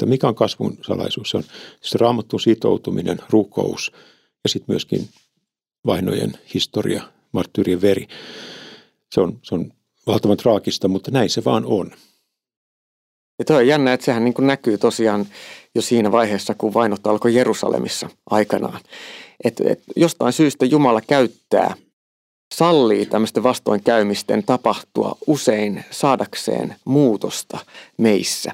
Että mikä on kasvun salaisuus? Se on se Raamattuun sitoutuminen, rukous ja sitten myöskin vainojen historia, marttyyrien veri. Se on valtavan traagista, mutta näin se vaan on. Ja toi on jännä, että sehän niin kuin näkyy tosiaan jo siinä vaiheessa, kun vainot alkoi Jerusalemissa aikanaan. Että jostain syystä Jumala sallii tämmöisten vastoinkäymisten tapahtua usein saadakseen muutosta meissä.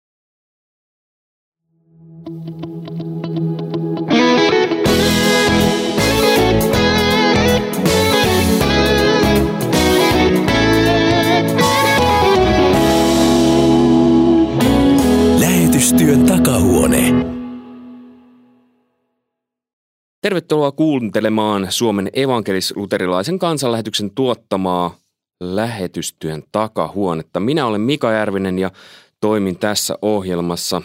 Lähetystyön takahuone. Tervetuloa kuuntelemaan Suomen evankelis-luterilaisen kansanlähetyksen tuottamaa Lähetystyön takahuonetta. Minä olen Mika Järvinen ja toimin tässä ohjelmassa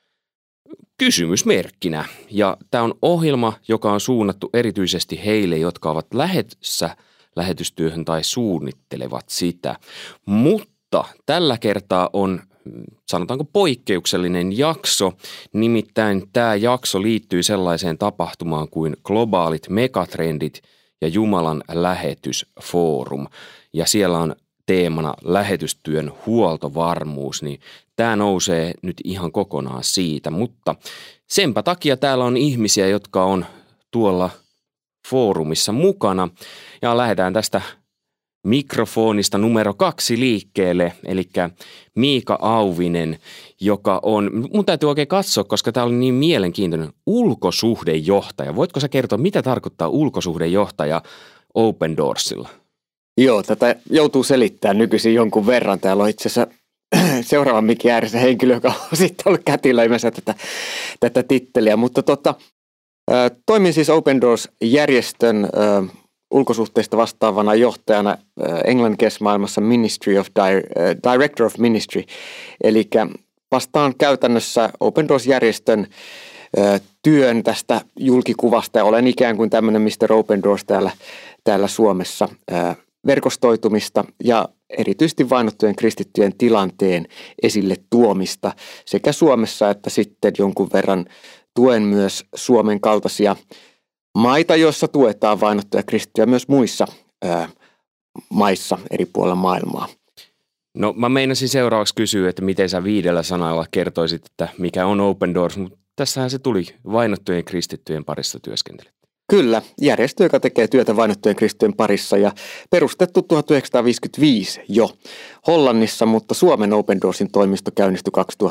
kysymysmerkkinä. Ja tämä on ohjelma, joka on suunnattu erityisesti heille, jotka ovat lähdössä lähetystyöhön tai suunnittelevat sitä. Mutta tällä kertaa on, sanotaanko, poikkeuksellinen jakso. Nimittäin tämä jakso liittyy sellaiseen tapahtumaan kuin globaalit megatrendit ja Jumalan lähetysfoorum. Ja siellä on teemana lähetystyön huoltovarmuus, niin tämä nousee nyt ihan kokonaan siitä. Mutta senpä takia täällä on ihmisiä, jotka on tuolla foorumissa mukana. Ja lähdetään tästä mikrofonista numero 2 liikkeelle, eli Miika Auvinen, joka on, mun täytyy oikein katsoa, koska tämä oli niin mielenkiintoinen, ulkosuhdejohtaja. Voitko sä kertoa, mitä tarkoittaa ulkosuhdejohtaja Open Doorsilla? Joo, tätä joutuu selittämään nykyisin jonkun verran. Täällä on itse asiassa seuraavan mikin ääressä henkilö, joka on sitten ollut kätilöimässä tätä titteliä. Mutta toimin siis Open Doors-järjestön ulkosuhteista vastaavana johtajana englanninkielisessä maailmassa Director of Ministry. Eli vastaan käytännössä Open Doors-järjestön työn tästä julkikuvasta ja olen ikään kuin tämmöinen Mr. Open Doors täällä Suomessa, verkostoitumista ja erityisesti vainottujen kristittyjen tilanteen esille tuomista sekä Suomessa että sitten jonkun verran tuen myös Suomen kaltaisia maita, joissa tuetaan vainottuja kristittyjä myös muissa maissa eri puolilla maailmaa. No mä meinasin seuraavaksi kysyä, että miten sä 5 sanalla kertoisit, että mikä on Open Doors, mutta tässähän se tuli, vainottujen kristittyjen parissa työskentelet. Kyllä, järjestö, joka tekee työtä vainottujen kristittyjen parissa ja perustettu 1955 jo Hollannissa, mutta Suomen Open Doorsin toimisto käynnistyi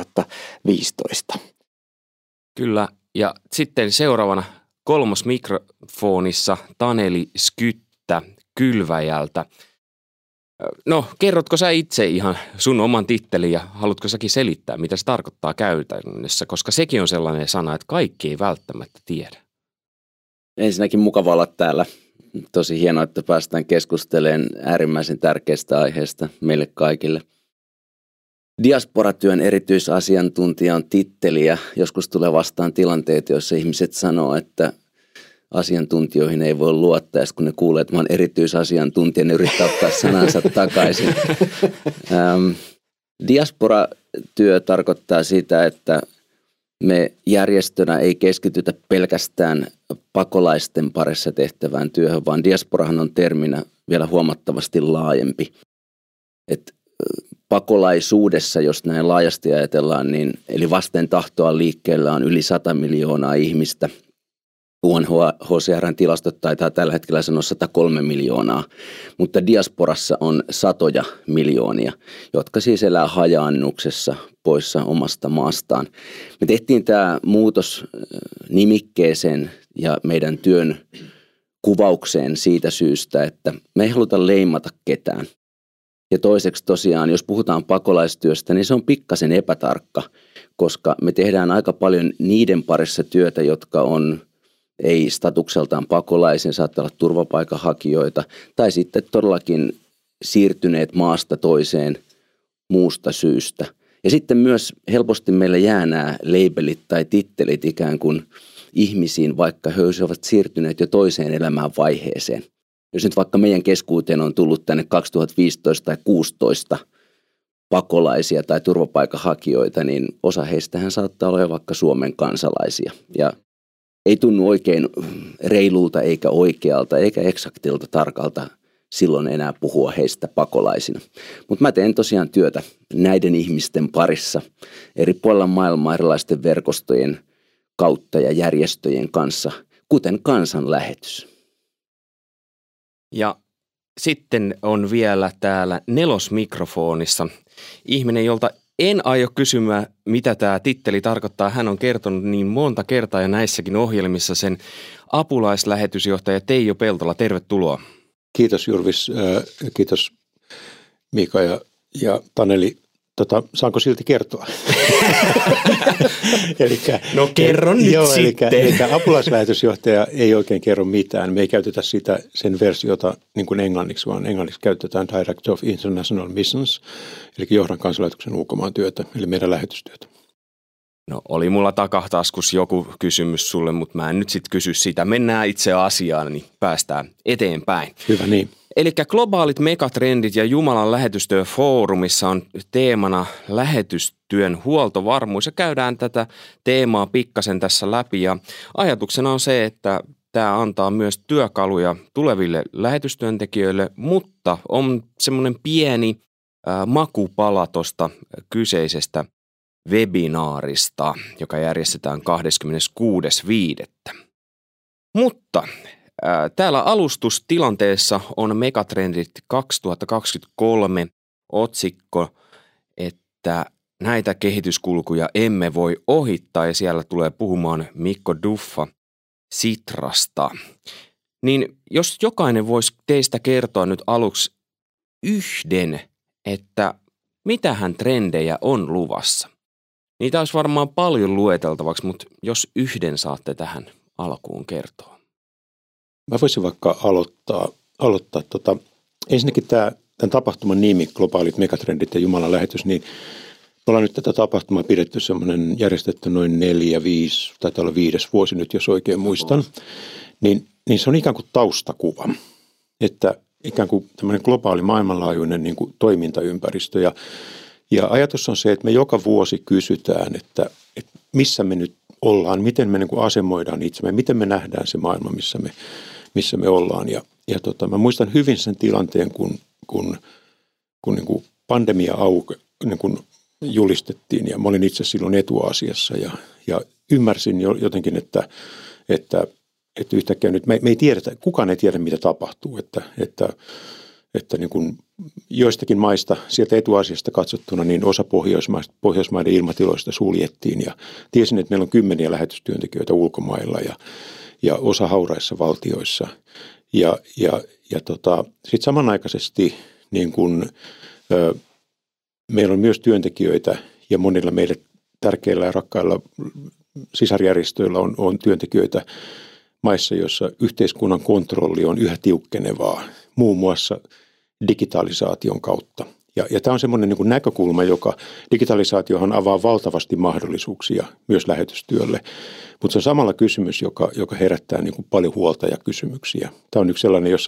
2015. Kyllä, ja sitten seuraavana 3. mikrofonissa Taneli Skyttä Kylväjältä. No, kerrotko sä itse ihan sun oman tittelin ja haluatko säkin selittää, mitä se tarkoittaa käytännössä, koska sekin on sellainen sana, että kaikki ei välttämättä tiedä. Ensinnäkin mukava olla täällä. Tosi hienoa, että päästään keskustelemaan äärimmäisen tärkeästä aiheesta meille kaikille. Diasporatyön erityisasiantuntija on titteli ja joskus tulee vastaan tilanteita, joissa ihmiset sanoo, että asiantuntijoihin ei voi luottaa, ja kun ne kuulee, että mä oon erityisasiantuntija, ne yrittää ottaa sanansa takaisin. Diasporatyö tarkoittaa sitä, että me järjestönä ei keskitytä pelkästään pakolaisten parissa tehtävään työhön, vaan diasporahan on terminä vielä huomattavasti laajempi. Et pakolaisuudessa, jos näin laajasti ajatellaan, niin, eli vasten tahtoa liikkeellä on yli 100 miljoonaa ihmistä. UNHCR:n tilastot taitaa tällä hetkellä sanoa 103 miljoonaa, mutta diasporassa on satoja miljoonia, jotka siis elää hajaannuksessa poissa omasta maastaan. Me tehtiin tämä muutos nimikkeeseen ja meidän työn kuvaukseen siitä syystä, että me ei haluta leimata ketään. Ja toiseksi tosiaan, jos puhutaan pakolaistyöstä, niin se on pikkasen epätarkka, koska me tehdään aika paljon niiden parissa työtä, jotka on ei statukseltaan pakolaisia, saattaa olla turvapaikanhakijoita tai sitten todellakin siirtyneet maasta toiseen muusta syystä. Ja sitten myös helposti meillä jää nämä labelit tai tittelit ikään kuin ihmisiin, vaikka he olisivat siirtyneet jo toiseen elämään vaiheeseen. Jos nyt vaikka meidän keskuuteen on tullut tänne 2015 tai 2016 pakolaisia tai turvapaikanhakijoita, niin osa heistähän saattaa olla jo vaikka Suomen kansalaisia. Ja ei tunnu oikein reilulta eikä oikealta eikä eksaktilta tarkalta silloin enää puhua heistä pakolaisina. Mutta mä teen tosiaan työtä näiden ihmisten parissa eri puolilla maailmaa erilaisten verkostojen kautta ja järjestöjen kanssa, kuten Kansanlähetys. Ja sitten on vielä täällä nelosmikrofonissa ihminen, jolta en aio kysyä, mitä tämä titteli tarkoittaa. Hän on kertonut niin monta kertaa ja näissäkin ohjelmissa sen apulaislähetysjohtaja Teijo Peltola. Tervetuloa. Kiitos Jurvis, kiitos Miika ja Taneli. Saanko silti kertoa? No kerro nyt sitten. Eli apulaislähetysjohtaja ei oikein kerro mitään. Me ei käytetä sen versiota niin kuin englanniksi, vaan englanniksi käytetään Director of International Missions, eli johdan kansanlähetyksen ulkomaan työtä, eli meidän lähetystyötä. No oli mulla takataskus joku kysymys sulle, mutta mä en nyt sitten kysy sitä. Mennään itse asiaan, niin päästään eteenpäin. Hyvä niin. Eli globaalit megatrendit ja Jumalan lähetystyöfoorumissa on teemana lähetystyön huoltovarmuus ja käydään tätä teemaa pikkasen tässä läpi ja ajatuksena on se, että tämä antaa myös työkaluja tuleville lähetystyöntekijöille, mutta on semmoinen pieni makupala tuosta kyseisestä webinaarista, joka järjestetään 26.5. Mutta täällä alustustilanteessa on Megatrendit 2023 otsikko, että näitä kehityskulkuja emme voi ohittaa ja siellä tulee puhumaan Mikko Duffa Sitrasta. Niin jos jokainen voisi teistä kertoa nyt aluksi yhden, että mitähän trendejä on luvassa. Niitä olisi varmaan paljon lueteltavaksi, mutta jos yhden saatte tähän alkuun kertoa. Mä voisin vaikka aloittaa ensinnäkin tämän tapahtuman nimi, globaalit megatrendit ja Jumalan lähetys, niin me ollaan nyt tätä tapahtumaa pidetty semmoinen järjestetty noin 4-5, taitaa olla 5. vuosi nyt, jos oikein muistan, niin se on ikään kuin taustakuva, että ikään kuin tämmöinen globaali maailmanlaajuinen niin kuin toimintaympäristö ja ajatus on se, että me joka vuosi kysytään, että missä me nyt ollaan, miten me niin kuin asemoidaan itsemme, miten me nähdään se maailma, missä me ollaan. Mä muistan hyvin sen tilanteen, kun niin kuin pandemia niin kuin julistettiin ja mä olin itse silloin etuasiassa ja ymmärsin jotenkin, että yhtäkkiä nyt me ei tiedetä, kukaan ei tiedä mitä tapahtuu, että niin kuin joistakin maista sieltä etuasiasta katsottuna niin osa Pohjoismaiden ilmatiloista suljettiin ja tiesin, että meillä on 10 lähetystyöntekijöitä ulkomailla ja osa hauraissa valtioissa sitten samanaikaisesti niin kuin, meillä on myös työntekijöitä ja monilla meille tärkeillä ja rakkailla sisarjärjestöillä on työntekijöitä maissa, joissa yhteiskunnan kontrolli on yhä tiukkenevaa, muun muassa digitalisaation kautta. Ja tämä on semmoinen niin kuin näkökulma, joka digitalisaatiohan avaa valtavasti mahdollisuuksia myös lähetystyölle, mutta se on samalla kysymys, joka herättää niin kuin paljon huolta ja kysymyksiä. Tämä on yksi sellainen, jossa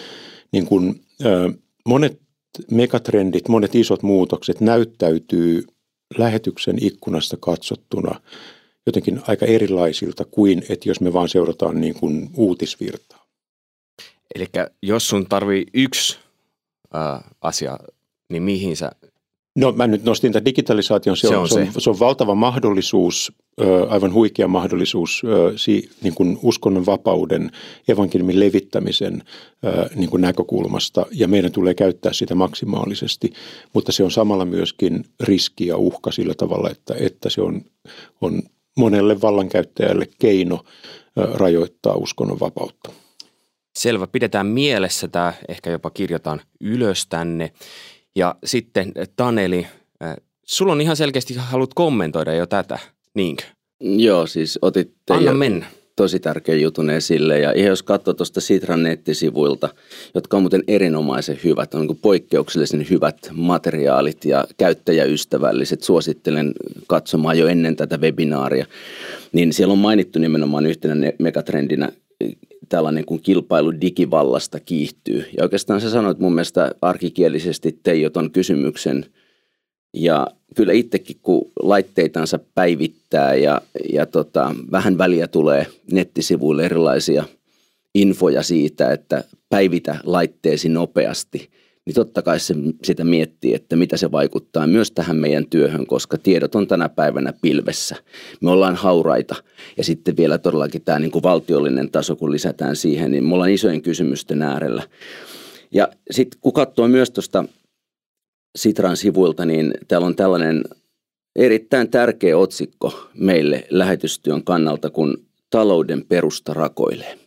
monet megatrendit, monet isot muutokset näyttäytyy lähetyksen ikkunasta katsottuna jotenkin aika erilaisilta kuin, että jos me vaan seurataan niin kuin uutisvirtaa. Eli jos sun tarvii yksi asia, niin mihin sä? No mä nyt nostin tämän digitalisaation, se on valtava mahdollisuus, aivan huikea mahdollisuus niin kuin uskonnon vapauden, evankeliumin levittämisen niin kuin näkökulmasta ja meidän tulee käyttää sitä maksimaalisesti, mutta se on samalla myöskin riski ja uhka sillä tavalla, että se on monelle vallankäyttäjälle keino rajoittaa uskonnon vapautta. Selvä, pidetään mielessä tämä, ehkä jopa kirjoitaan ylös tänne. Ja sitten Taneli, sulla on ihan selkeästi haluat kommentoida jo tätä, niinkö? Joo, siis otitte tosi tärkeän jutun esille. Ja jos katsoo tuosta Sitran nettisivuilta, jotka on muuten erinomaisen hyvät, on niin kuin poikkeuksellisen hyvät materiaalit ja käyttäjäystävälliset, suosittelen katsomaan jo ennen tätä webinaaria, niin siellä on mainittu nimenomaan yhtenä megatrendinä tällainen kuin kilpailu digivallasta kiihtyy. Ja oikeastaan sä sanoit mun mielestä arkikielisesti Teijo ton kysymyksen Ja kyllä itsekin, kun laitteitansa päivittää ja vähän väliä tulee nettisivuille erilaisia infoja siitä, että päivitä laitteesi nopeasti, niin totta kai se sitä miettii, että mitä se vaikuttaa myös tähän meidän työhön, koska tiedot on tänä päivänä pilvessä. Me ollaan hauraita ja sitten vielä todellakin tämä niin kuin valtiollinen taso, kun lisätään siihen, niin me ollaan isojen kysymysten äärellä. Ja sitten kun katsoo myös tuosta Sitran sivuilta, niin täällä on tällainen erittäin tärkeä otsikko meille lähetystyön kannalta, kun talouden perusta rakoilee.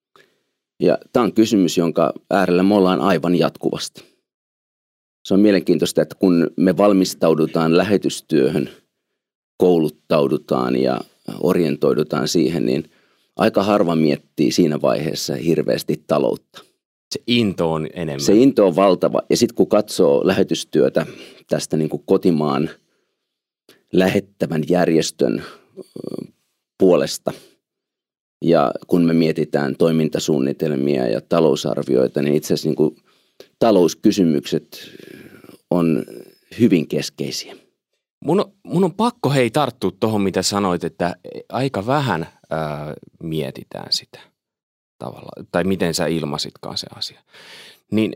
Ja tämä on kysymys, jonka äärellä me ollaan aivan jatkuvasti. Se on mielenkiintoista, että kun me valmistaudutaan lähetystyöhön, kouluttaudutaan ja orientoidutaan siihen, niin aika harva miettii siinä vaiheessa hirveästi taloutta. Se into on enemmän. Se into on valtava. Ja sitten kun katsoo lähetystyötä tästä niin kuin kotimaan lähettävän järjestön puolesta, ja kun me mietitään toimintasuunnitelmia ja talousarvioita, niin itse asiassa niin kuin talouskysymykset on hyvin keskeisiä. Mun on pakko tarttua tuohon, mitä sanoit, että aika vähän mietitään sitä tavallaan, tai miten sä ilmaisitkaan se asia. Niin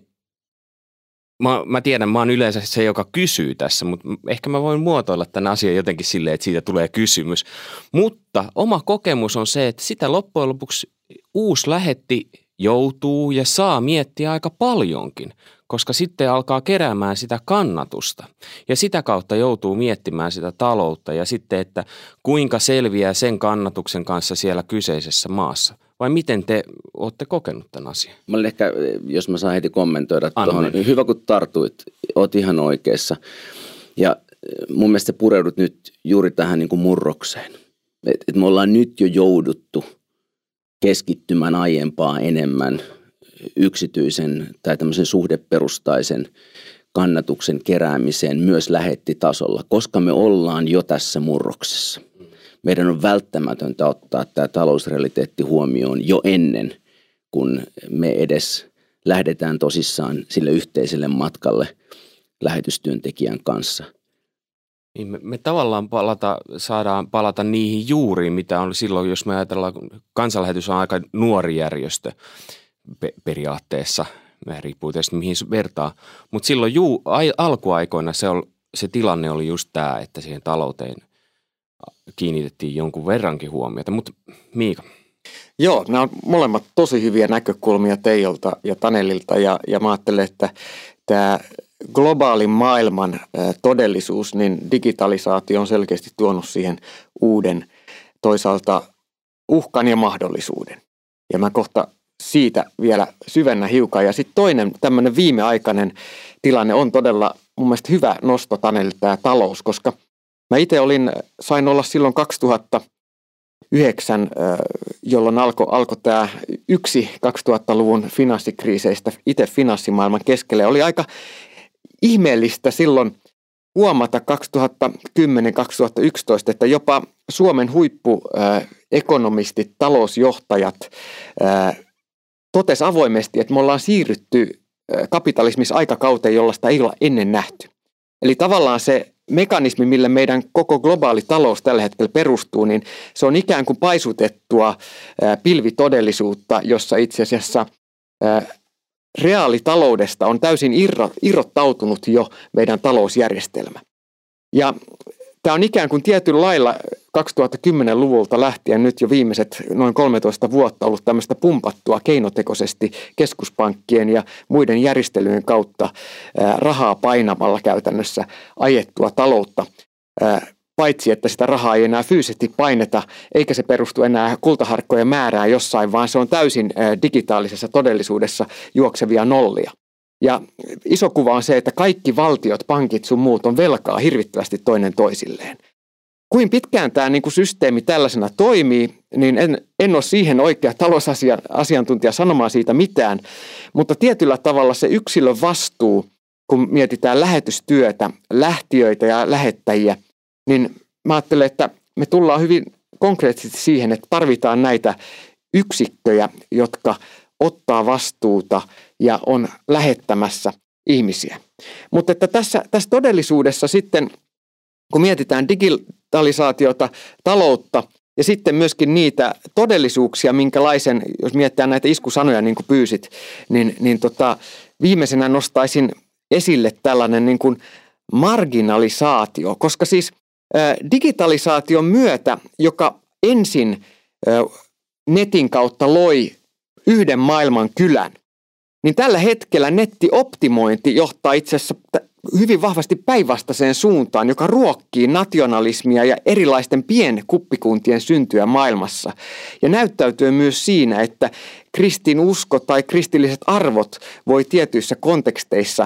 mä tiedän, mä oon yleensä se, joka kysyy tässä, mutta ehkä mä voin muotoilla tämän asian jotenkin silleen, että siitä tulee kysymys. Mutta oma kokemus on se, että sitä loppujen lopuksi uusi lähetti joutuu ja saa miettiä aika paljonkin, koska sitten alkaa keräämään sitä kannatusta ja sitä kautta joutuu miettimään sitä taloutta ja sitten, että kuinka selviää sen kannatuksen kanssa siellä kyseisessä maassa. Vai miten te olette kokenut tämän asian? Mä olin ehkä, jos mä saan heti kommentoida tuohon, hyvä kun tartuit, oot ihan oikeassa. Ja mun mielestä pureudut nyt juuri tähän niin kuin murrokseen. Et me ollaan nyt jo jouduttu keskittymään aiempaa enemmän yksityisen tai tämmöisen suhdeperustaisen kannatuksen keräämiseen myös lähettitasolla, koska me ollaan jo tässä murroksessa. Meidän on välttämätöntä ottaa tämä talousrealiteetti huomioon jo ennen, kun me edes lähdetään tosissaan sille yhteiselle matkalle lähetystyöntekijän kanssa. Niin me tavallaan saadaan palata niihin juuriin, mitä on silloin, jos me ajatellaan, Kansanlähetys on aika nuori järjestö periaatteessa, riippuu tietysti mihin vertaa, mutta silloin alkuaikoina se tilanne oli just tämä, että siihen talouteen kiinnitettiin jonkun verrankin huomiota, mutta Miika. Joo, nämä on molemmat tosi hyviä näkökulmia Teijolta ja Tanelilta ja mä ajattelen, että tämä globaalin maailman todellisuus, niin digitalisaatio on selkeästi tuonut siihen uuden toisaalta uhkan ja mahdollisuuden. Ja mä kohta siitä vielä syvennä hiukan. Ja sitten toinen tämmöinen viimeaikainen tilanne on todella mun mielestä hyvä nosto Tanelilta tämä talous, koska mä itse sain olla silloin 2009, jolloin alkoi tämä yksi 2000-luvun finanssikriiseistä itse finanssimaailman keskelle. Oli aika ihmeellistä silloin huomata 2010-2011, että jopa Suomen huippuekonomistit, talousjohtajat totesi avoimesti, että me ollaan siirrytty kapitalismissa aikakauteen, jollaista ei olla ennen nähty. Eli tavallaan se mekanismi, millä meidän koko globaali talous tällä hetkellä perustuu, niin se on ikään kuin paisutettua pilvitodellisuutta, jossa itse asiassa reaalitaloudesta on täysin irrottautunut jo meidän talousjärjestelmä. Ja tämä on ikään kuin tietyllä lailla 2010-luvulta lähtien nyt jo viimeiset noin 13 vuotta ollut tämmöistä pumpattua keinotekoisesti keskuspankkien ja muiden järjestelyjen kautta rahaa painamalla käytännössä ajettua taloutta. Paitsi, että sitä rahaa ei enää fyysisesti paineta, eikä se perustu enää kultaharkkojen määrään jossain, vaan se on täysin digitaalisessa todellisuudessa juoksevia nollia. Ja iso kuva on se, että kaikki valtiot, pankit sun muut on velkaa hirvittävästi toinen toisilleen. Kuin pitkään tämä systeemi tällaisena toimii, niin en ole siihen oikea talousasiantuntija sanomaan siitä mitään, mutta tietyllä tavalla se yksilön vastuu, kun mietitään lähetystyötä, lähtiöitä ja lähettäjiä, niin mä ajattelen, että me tullaan hyvin konkreettisesti siihen, että tarvitaan näitä yksikköjä, jotka ottaa vastuuta ja on lähettämässä. ihmisiä. Mutta että tässä todellisuudessa sitten, kun mietitään digitalisaatiota, taloutta ja sitten myöskin niitä todellisuuksia, minkälaisen, jos mietitään näitä iskusanoja niin kuin pyysit, niin viimeisenä nostaisin esille tällainen niin kuin marginalisaatio, koska siis digitalisaation myötä, joka ensin netin kautta loi yhden maailman kylän, niin tällä hetkellä nettioptimointi johtaa itse asiassa hyvin vahvasti päinvastaiseen suuntaan, joka ruokkii nationalismia ja erilaisten pienkuppikuntien syntyä maailmassa. Ja näyttäytyy myös siinä, että kristinusko tai kristilliset arvot voi tietyissä konteksteissa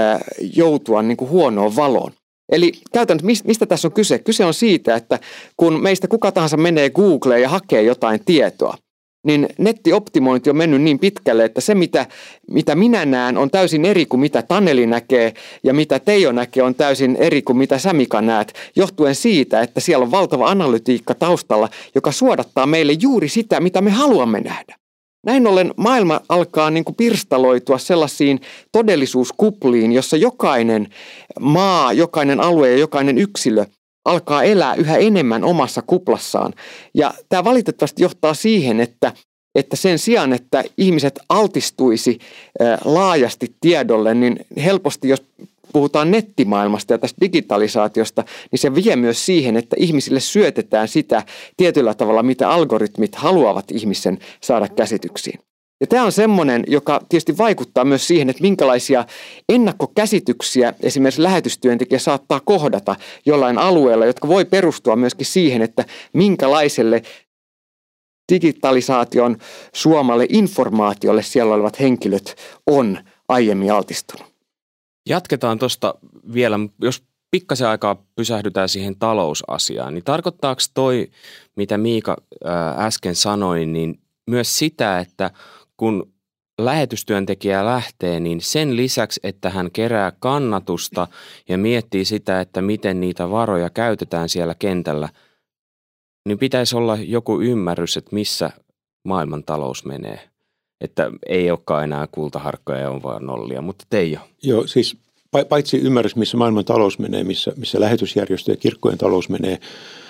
joutua niin kuin huonoon valoon. Eli käytännössä mistä tässä on kyse? Kyse on siitä, että kun meistä kuka tahansa menee Googleen ja hakee jotain tietoa, niin nettioptimointi on mennyt niin pitkälle, että se mitä minä näen on täysin eri kuin mitä Taneli näkee ja mitä Teijo näkee on täysin eri kuin mitä sä Mika näet, johtuen siitä, että siellä on valtava analytiikka taustalla, joka suodattaa meille juuri sitä, mitä me haluamme nähdä. Näin ollen maailma alkaa niin kuin pirstaloitua sellaisiin todellisuuskupliin, jossa jokainen maa, jokainen alue ja jokainen yksilö alkaa elää yhä enemmän omassa kuplassaan. Ja tämä valitettavasti johtaa siihen, että sen sijaan, että ihmiset altistuisi laajasti tiedolle, niin helposti jos puhutaan nettimaailmasta ja tästä digitalisaatiosta, niin se vie myös siihen, että ihmisille syötetään sitä tietyllä tavalla, mitä algoritmit haluavat ihmisen saada käsityksiin. Ja tämä on semmoinen, joka tietysti vaikuttaa myös siihen, että minkälaisia ennakkokäsityksiä esimerkiksi lähetystyöntekijä saattaa kohdata jollain alueella, jotka voi perustua myöskin siihen, että minkälaiselle digitalisaation suomalle informaatiolle siellä olevat henkilöt on aiemmin altistunut. Jatketaan tuosta vielä, jos pikkasen aikaa pysähdytään siihen talousasiaan, niin tarkoittaako toi, mitä Miika äsken sanoi, niin myös sitä, että kun lähetystyöntekijä lähtee, niin sen lisäksi, että hän kerää kannatusta ja miettii sitä, että miten niitä varoja käytetään siellä kentällä, niin pitäisi olla joku ymmärrys, että missä maailman talous menee. Että ei olekaan enää kultaharkkoja ja on vaan nollia, mutta Teijo. Joo, siis paitsi ymmärrys, missä maailman talous menee, missä lähetysjärjestö ja kirkkojen talous menee,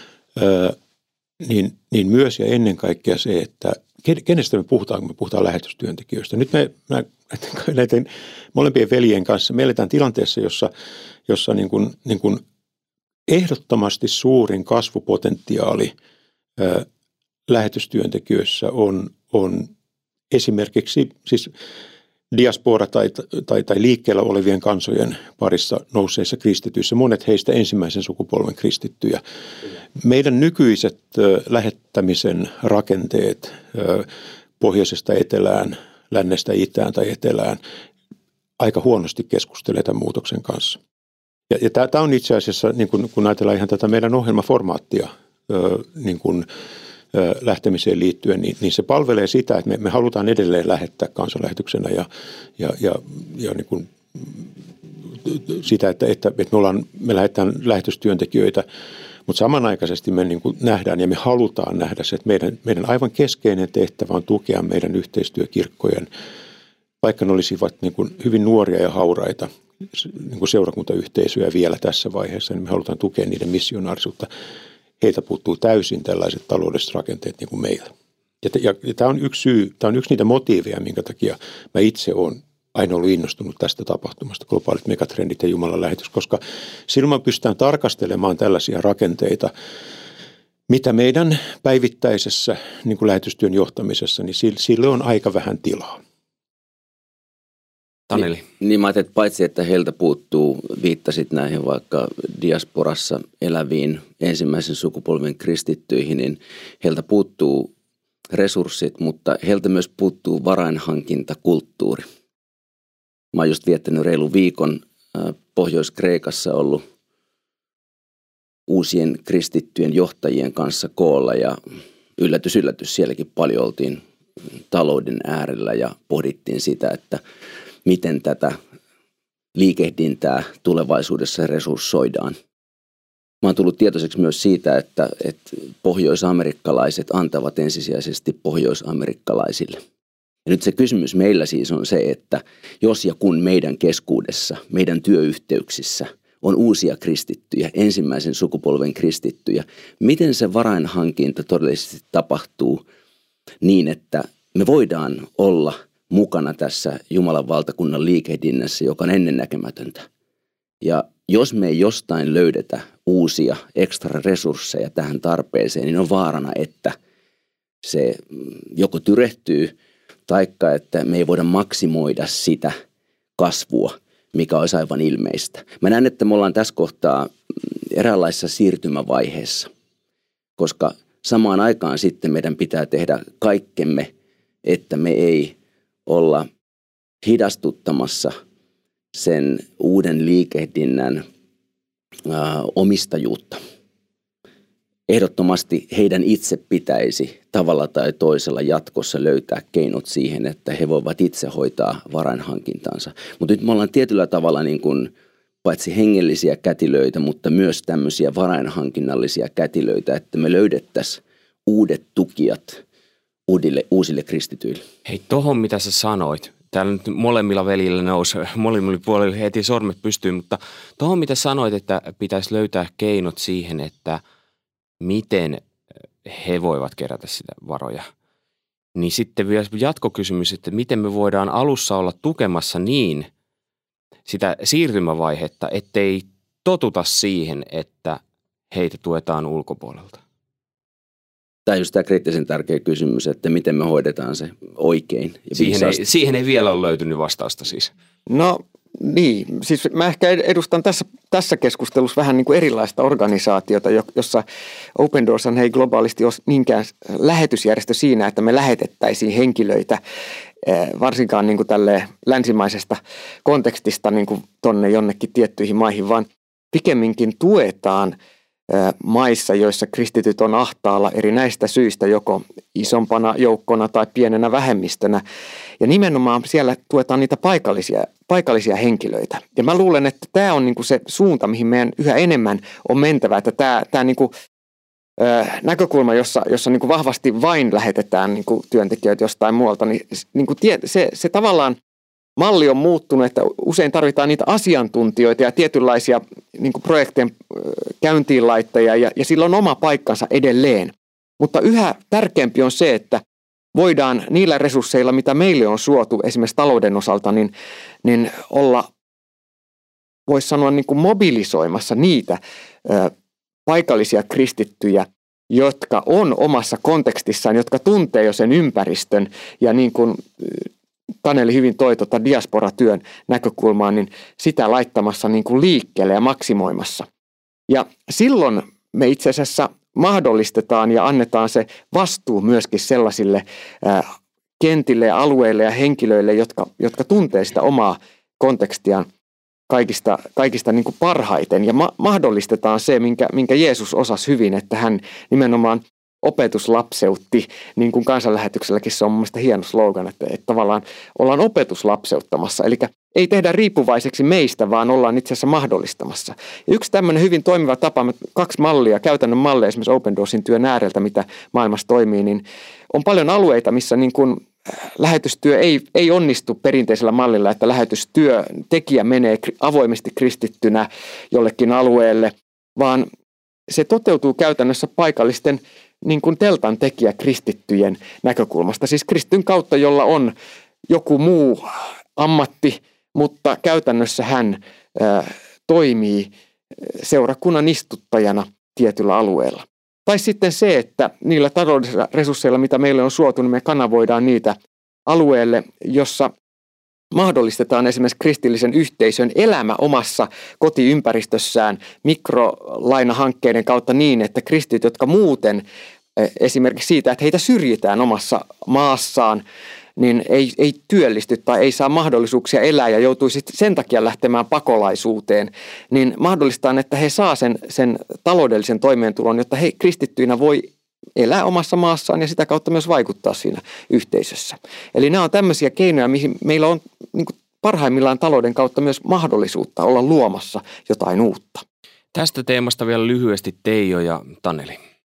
niin myös ja ennen kaikkea se, että kenestä me puhutaan, kun me puhutaan lähetystyöntekijöistä. Nyt näiden molempien veljen kanssa me eletään tilanteessa, jossa niin kuin ehdottomasti suurin kasvupotentiaali lähetystyöntekijöissä on esimerkiksi siis diaspora tai liikkeellä olevien kansojen parissa nousseissa kristityissä, monet heistä ensimmäisen sukupolven kristittyjä. Meidän nykyiset lähettämisen rakenteet pohjoisesta etelään, lännestä itään tai etelään aika huonosti keskustelee tämän muutoksen kanssa. Ja tämä on itse asiassa, niin kun ajatellaan ihan tätä meidän ohjelmaformaattia, niin kun lähtemiseen liittyen, niin se palvelee sitä, että me halutaan edelleen lähettää kansanlähetyksenä ja niin kuin sitä, että me lähdetään lähetystyöntekijöitä, mutta samanaikaisesti me niin kuin nähdään ja me halutaan nähdä se, että meidän aivan keskeinen tehtävä on tukea meidän yhteistyökirkkojen, vaikka ne olisivat niin kuin hyvin nuoria ja hauraita niin kuin seurakuntayhteisöjä vielä tässä vaiheessa, niin me halutaan tukea niiden missionaarisuutta. Heiltä puuttuu täysin tällaiset taloudelliset rakenteet niin kuin meillä. Ja tämä on yksi syy, tämä on yksi niitä motiiveja, minkä takia mä itse olen aina ollut innostunut tästä tapahtumasta, globaalit megatrendit ja Jumalan lähetys, koska silloin me pystytään tarkastelemaan tällaisia rakenteita, mitä meidän päivittäisessä niin kuin lähetystyön johtamisessa, niin sille on aika vähän tilaa. Taneli. Niin mä ajattelin, että paitsi että heiltä puuttuu, viittasit näihin vaikka diasporassa eläviin ensimmäisen sukupolven kristittyihin, niin heiltä puuttuu resurssit, mutta heiltä myös puuttuu varainhankintakulttuuri. Mä oon just viettänyt reilun viikon Pohjois-Kreikassa ollut uusien kristittyjen johtajien kanssa koolla ja yllätys, sielläkin paljon oltiin talouden äärellä ja pohdittiin sitä, että miten tätä liikehdintää tulevaisuudessa resurssoidaan. Mä oon tullut tietoiseksi myös siitä, että pohjoisamerikkalaiset antavat ensisijaisesti pohjoisamerikkalaisille. Ja nyt se kysymys meillä siis on se, että jos ja kun meidän keskuudessa, meidän työyhteyksissä on uusia kristittyjä, ensimmäisen sukupolven kristittyjä, miten se varainhankinta todellisesti tapahtuu niin, että me voidaan olla mukana tässä Jumalan valtakunnan liikehdinnässä, joka on ennennäkemätöntä. Ja jos me ei jostain löydetä uusia ekstra resursseja tähän tarpeeseen, niin on vaarana, että se joko tyrehtyy, taikka että me ei voida maksimoida sitä kasvua, mikä olisi aivan ilmeistä. Mä näen, että me ollaan tässä kohtaa eräänlaisessa siirtymävaiheessa, koska samaan aikaan sitten meidän pitää tehdä kaikkemme, että me ei olla hidastuttamassa sen uuden liikehdinnän omistajuutta. Ehdottomasti heidän itse pitäisi tavalla tai toisella jatkossa löytää keinot siihen, että he voivat itse hoitaa varainhankintansa. Mutta nyt me ollaan tietyllä tavalla niin kuin paitsi hengellisiä kätilöitä, mutta myös tämmöisiä varainhankinnallisia kätilöitä, että me löydettäisiin uudet tukijat uusille kristityille. Hei, tohon mitä sä sanoit. Täällä nyt molemmilla veljillä nousi, molemmilla puolilla heti sormet pystyy, mutta tohon mitä sanoit, että pitäisi löytää keinot siihen, että miten he voivat kerätä sitä varoja. Niin sitten vielä jatkokysymys, että miten me voidaan alussa olla tukemassa niin sitä siirtymävaihetta, ettei totuta siihen, että heitä tuetaan ulkopuolelta. Tämä on just tämä kriittisen tärkeä kysymys, että miten me hoidetaan se oikein. Ja siihen ei vielä ole löytynyt vastausta siis. No niin, siis mä ehkä edustan tässä keskustelussa vähän niin kuin erilaista organisaatiota, jossa Open Doors ei globaalisti ole niinkään lähetysjärjestö siinä, että me lähetettäisiin henkilöitä varsinkaan niin kuin tälle länsimaisesta kontekstista niin kuin tonne jonnekin tiettyihin maihin, vaan pikemminkin tuetaan maissa, joissa kristityt on ahtaalla erinäistä syistä, joko isompana joukkona tai pienenä vähemmistönä. Ja nimenomaan siellä tuetaan niitä paikallisia henkilöitä. Ja mä luulen, että tämä on niinku se suunta, mihin meidän yhä enemmän on mentävä. Että tämä niinku, näkökulma, jossa niinku vahvasti vain lähetetään niinku työntekijöitä jostain muualta, niin niinku se tavallaan malli on muuttunut, että usein tarvitaan niitä asiantuntijoita ja tietynlaisia niin kuin projektien käyntiinlaittajia ja sillä on oma paikkansa edelleen. Mutta yhä tärkeämpi on se, että voidaan niillä resursseilla, mitä meille on suotu esimerkiksi talouden osalta, niin olla, voisi sanoa niin kuin mobilisoimassa niitä paikallisia kristittyjä, jotka on omassa kontekstissaan, jotka tuntee jo sen ympäristön ja niin kuin Taneli hyvin toi diasporatyön näkökulmaa, niin sitä laittamassa niin kuin liikkeelle ja maksimoimassa. Ja silloin me itse asiassa mahdollistetaan ja annetaan se vastuu myöskin sellaisille kentille ja alueille ja henkilöille, jotka tuntee sitä omaa kontekstiaan kaikista niin kuin parhaiten. Ja mahdollistetaan se, minkä Jeesus osasi hyvin, että hän nimenomaan opetuslapseutti, niin kuin kansanlähetykselläkin se on mun mielestä hieno slogan, että tavallaan ollaan opetuslapseuttamassa. Eli ei tehdä riippuvaiseksi meistä, vaan ollaan itse asiassa mahdollistamassa. Ja yksi tämmöinen hyvin toimiva tapa, 2 mallia, käytännön malleja esimerkiksi Open Doorsin työn ääreltä, mitä maailmassa toimii, niin on paljon alueita, missä niin kuin lähetystyö ei onnistu perinteisellä mallilla, että lähetystyöntekijä menee avoimesti kristittynä jollekin alueelle, vaan se toteutuu käytännössä paikallisten niin kuin teltan tekijä kristittyjen näkökulmasta. Siis kristityn kautta, jolla on joku muu ammatti, mutta käytännössä hän toimii seurakunnan istuttajana tietyllä alueella. Tai sitten se, että niillä taloudellisilla resursseilla, mitä meille on suotu, niin me kanavoidaan niitä alueelle, jossa mahdollistetaan esimerkiksi kristillisen yhteisön elämä omassa kotiympäristössään mikrolainahankkeiden kautta niin, että kristityt, jotka muuten esimerkiksi siitä, että heitä syrjitään omassa maassaan, niin ei työllisty tai ei saa mahdollisuuksia elää ja joutuisi sen takia lähtemään pakolaisuuteen, niin mahdollistaa, että he saa sen taloudellisen toimeentulon, jotta he kristittyinä voi elää omassa maassaan ja sitä kautta myös vaikuttaa siinä yhteisössä. Eli nämä on tämmöisiä keinoja, mihin meillä on niin kuin parhaimmillaan talouden kautta myös mahdollisuutta olla luomassa jotain uutta. Tästä teemasta vielä lyhyesti Teijo ja Taneli.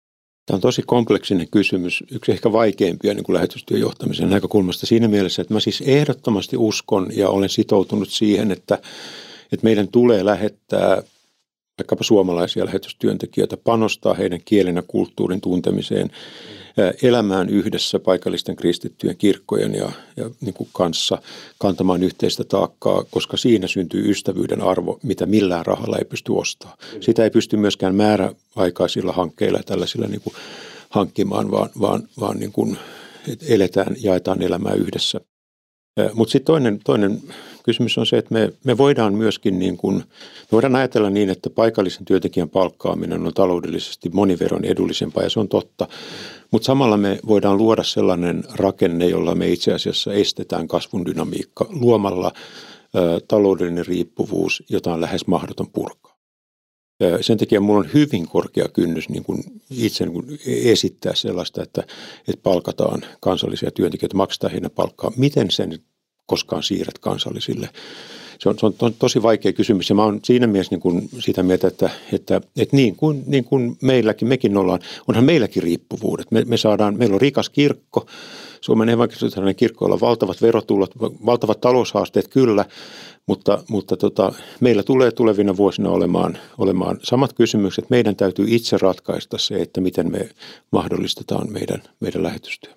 Tämä on tosi kompleksinen kysymys, yksi ehkä vaikeimpia niin kuin lähetystyön johtamisen näkökulmasta siinä mielessä, että mä siis ehdottomasti uskon ja olen sitoutunut siihen, että meidän tulee lähettää vaikkapa suomalaisia lähetystyöntekijöitä, panostaa heidän kielen ja kulttuurin tuntemiseen, elämään yhdessä paikallisten kristittyjen kirkkojen ja niin kuin kanssa kantamaan yhteistä taakkaa, koska siinä syntyy ystävyyden arvo, mitä millään rahalla ei pysty ostamaan. Sitä ei pysty myöskään määräaikaisilla hankkeilla ja tällaisilla niin kuin hankkimaan, vaan niin kuin, että eletään, jaetaan elämää yhdessä. Mutta sitten toinen kysymys on se, että me voidaan myöskin me voidaan ajatella niin, että paikallisen työntekijän palkkaaminen on taloudellisesti moniveron edullisempaa ja se on totta. Mutta samalla me voidaan luoda sellainen rakenne, jolla me itse asiassa estetään kasvun dynamiikka luomalla taloudellinen riippuvuus, jota on lähes mahdoton purkaa. Sen takia minulla on hyvin korkea kynnys itse esittää sellaista, että palkataan kansallisia työntekijöitä, maksetaan heidän palkkaa. Miten sen koskaan siirrät kansallisille? Se on tosi vaikea kysymys ja mä oon siinä mielessä sitä mieltä, että niin kuin mekin onhan meilläkin riippuvuudet. Meillä on rikas kirkko, Suomen evankelisluterilainen kirkko, jolla on valtavat verotulot, valtavat taloushaasteet kyllä, mutta meillä tulee tulevina vuosina olemaan samat kysymykset. Meidän täytyy itse ratkaista se, että miten me mahdollistetaan meidän lähetystyö.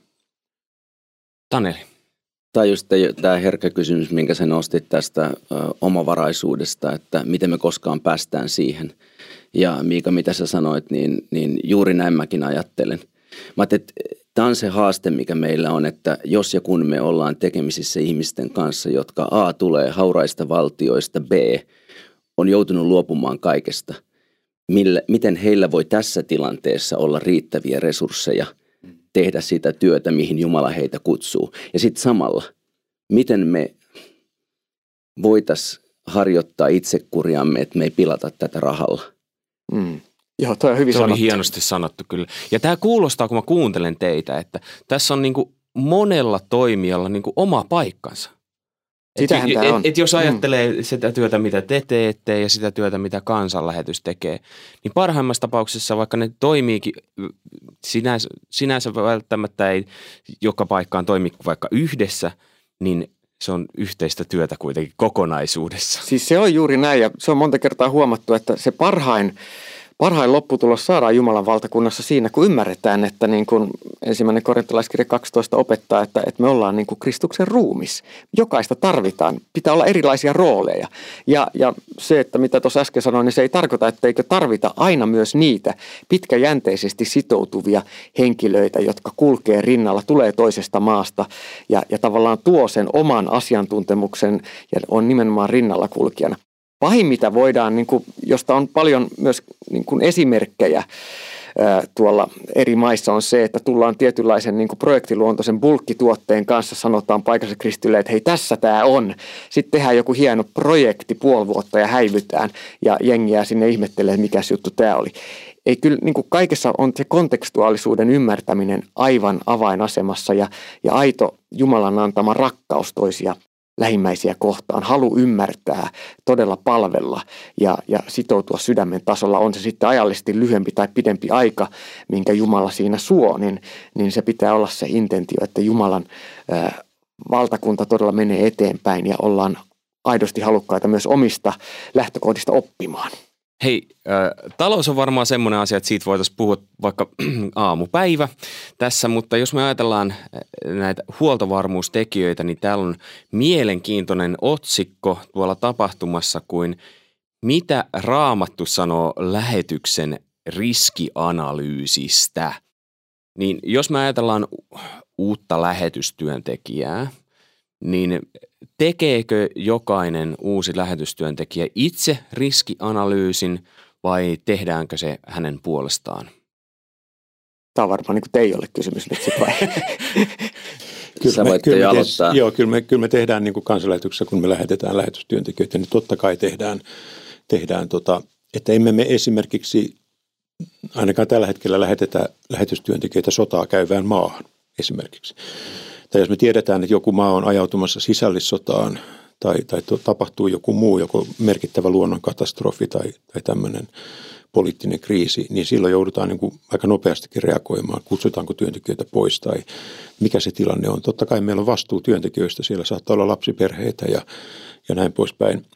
Taneli. Tai just tämä herkkä kysymys, minkä sä nostit tästä omavaraisuudesta, että miten me koskaan päästään siihen. Ja Miika, mitä sä sanoit, niin juuri näin mäkin ajattelen. Mä ajattelin, että tämä on se haaste, mikä meillä on, että jos ja kun me ollaan tekemisissä ihmisten kanssa, jotka A tulee hauraista valtioista, B on joutunut luopumaan kaikesta, miten heillä voi tässä tilanteessa olla riittäviä resursseja tehdä sitä työtä, mihin Jumala heitä kutsuu. Ja sitten samalla, miten me voitaisiin harjoittaa itsekuriamme, että me ei pilata tätä rahalla. Joo, toi on hyvin sanottu. Se oli hienosti sanottu kyllä. Ja tämä kuulostaa, kun mä kuuntelen teitä, että tässä on monella toimijalla oma paikkansa. Sitähän tämä on. Et jos ajattelee sitä työtä, mitä te teette ja sitä työtä, mitä kansanlähetys tekee, niin parhaimmassa tapauksessa, vaikka ne toimiikin, sinänsä välttämättä ei joka paikkaan toimi vaikka yhdessä, niin se on yhteistä työtä kuitenkin kokonaisuudessa. Siis se on juuri näin ja se on monta kertaa huomattu, että se parhain lopputulos saadaan Jumalan valtakunnassa siinä, kun ymmärretään, että niin kuin 1. Korintolaiskirja 12 opettaa, että me ollaan niin kuin Kristuksen ruumis. Jokaista tarvitaan. Pitää olla erilaisia rooleja. Ja se, että mitä tuossa äsken sanoin, niin se ei tarkoita, etteikö tarvita aina myös niitä pitkäjänteisesti sitoutuvia henkilöitä, jotka kulkee rinnalla, tulee toisesta maasta ja tavallaan tuo sen oman asiantuntemuksen ja on nimenomaan rinnalla kulkijana. Pahin, mitä voidaan, josta on paljon myös esimerkkejä tuolla eri maissa, on se, että tullaan tietynlaisen projektiluontoisen bulkkituotteen kanssa, sanotaan paikalliselle kristille, että hei, tässä tämä on. Sitten tehdään joku hieno projekti puoli vuotta ja häivytään ja jengiä sinne ihmettelee, että mikä juttu tämä oli. Ei kyllä, kaikessa on se kontekstuaalisuuden ymmärtäminen aivan avainasemassa ja aito Jumalan antama rakkaus toisia lähimmäisiä kohtaan, halu ymmärtää, todella palvella ja sitoutua sydämen tasolla, on se sitten ajallisesti lyhyempi tai pidempi aika, minkä Jumala siinä suo, niin se pitää olla se intentio, että Jumalan valtakunta todella menee eteenpäin ja ollaan aidosti halukkaita myös omista lähtökohdista oppimaan. Hei, talous on varmaan semmoinen asia, että siitä voitaisiin puhua vaikka aamupäivä tässä, mutta jos me ajatellaan näitä huoltovarmuustekijöitä, niin täällä on mielenkiintoinen otsikko tuolla tapahtumassa kuin mitä Raamattu sanoo lähetyksen riskianalyysistä. Niin jos me ajatellaan uutta lähetystyöntekijää, niin tekeekö jokainen uusi lähetystyöntekijä itse riskianalyysin vai tehdäänkö se hänen puolestaan? Tämä on varmaan Teijolle kysymys nyt sitten vai? Kyllä me tehdään kansanlähetyksessä, kun me lähetetään lähetystyöntekijöitä, niin totta kai tehdään että emme me esimerkiksi ainakaan tällä hetkellä lähetetä lähetystyöntekijöitä sotaa käyvään maahan esimerkiksi. Tai jos me tiedetään, että joku maa on ajautumassa sisällissotaan tai tapahtuu joku muu, joku merkittävä luonnonkatastrofi tai tämmöinen poliittinen kriisi, niin silloin joudutaan niin kuin aika nopeastikin reagoimaan, kutsutaanko työntekijöitä pois tai mikä se tilanne on. Totta kai meillä on vastuu työntekijöistä, siellä saattaa olla lapsiperheitä ja näin poispäin.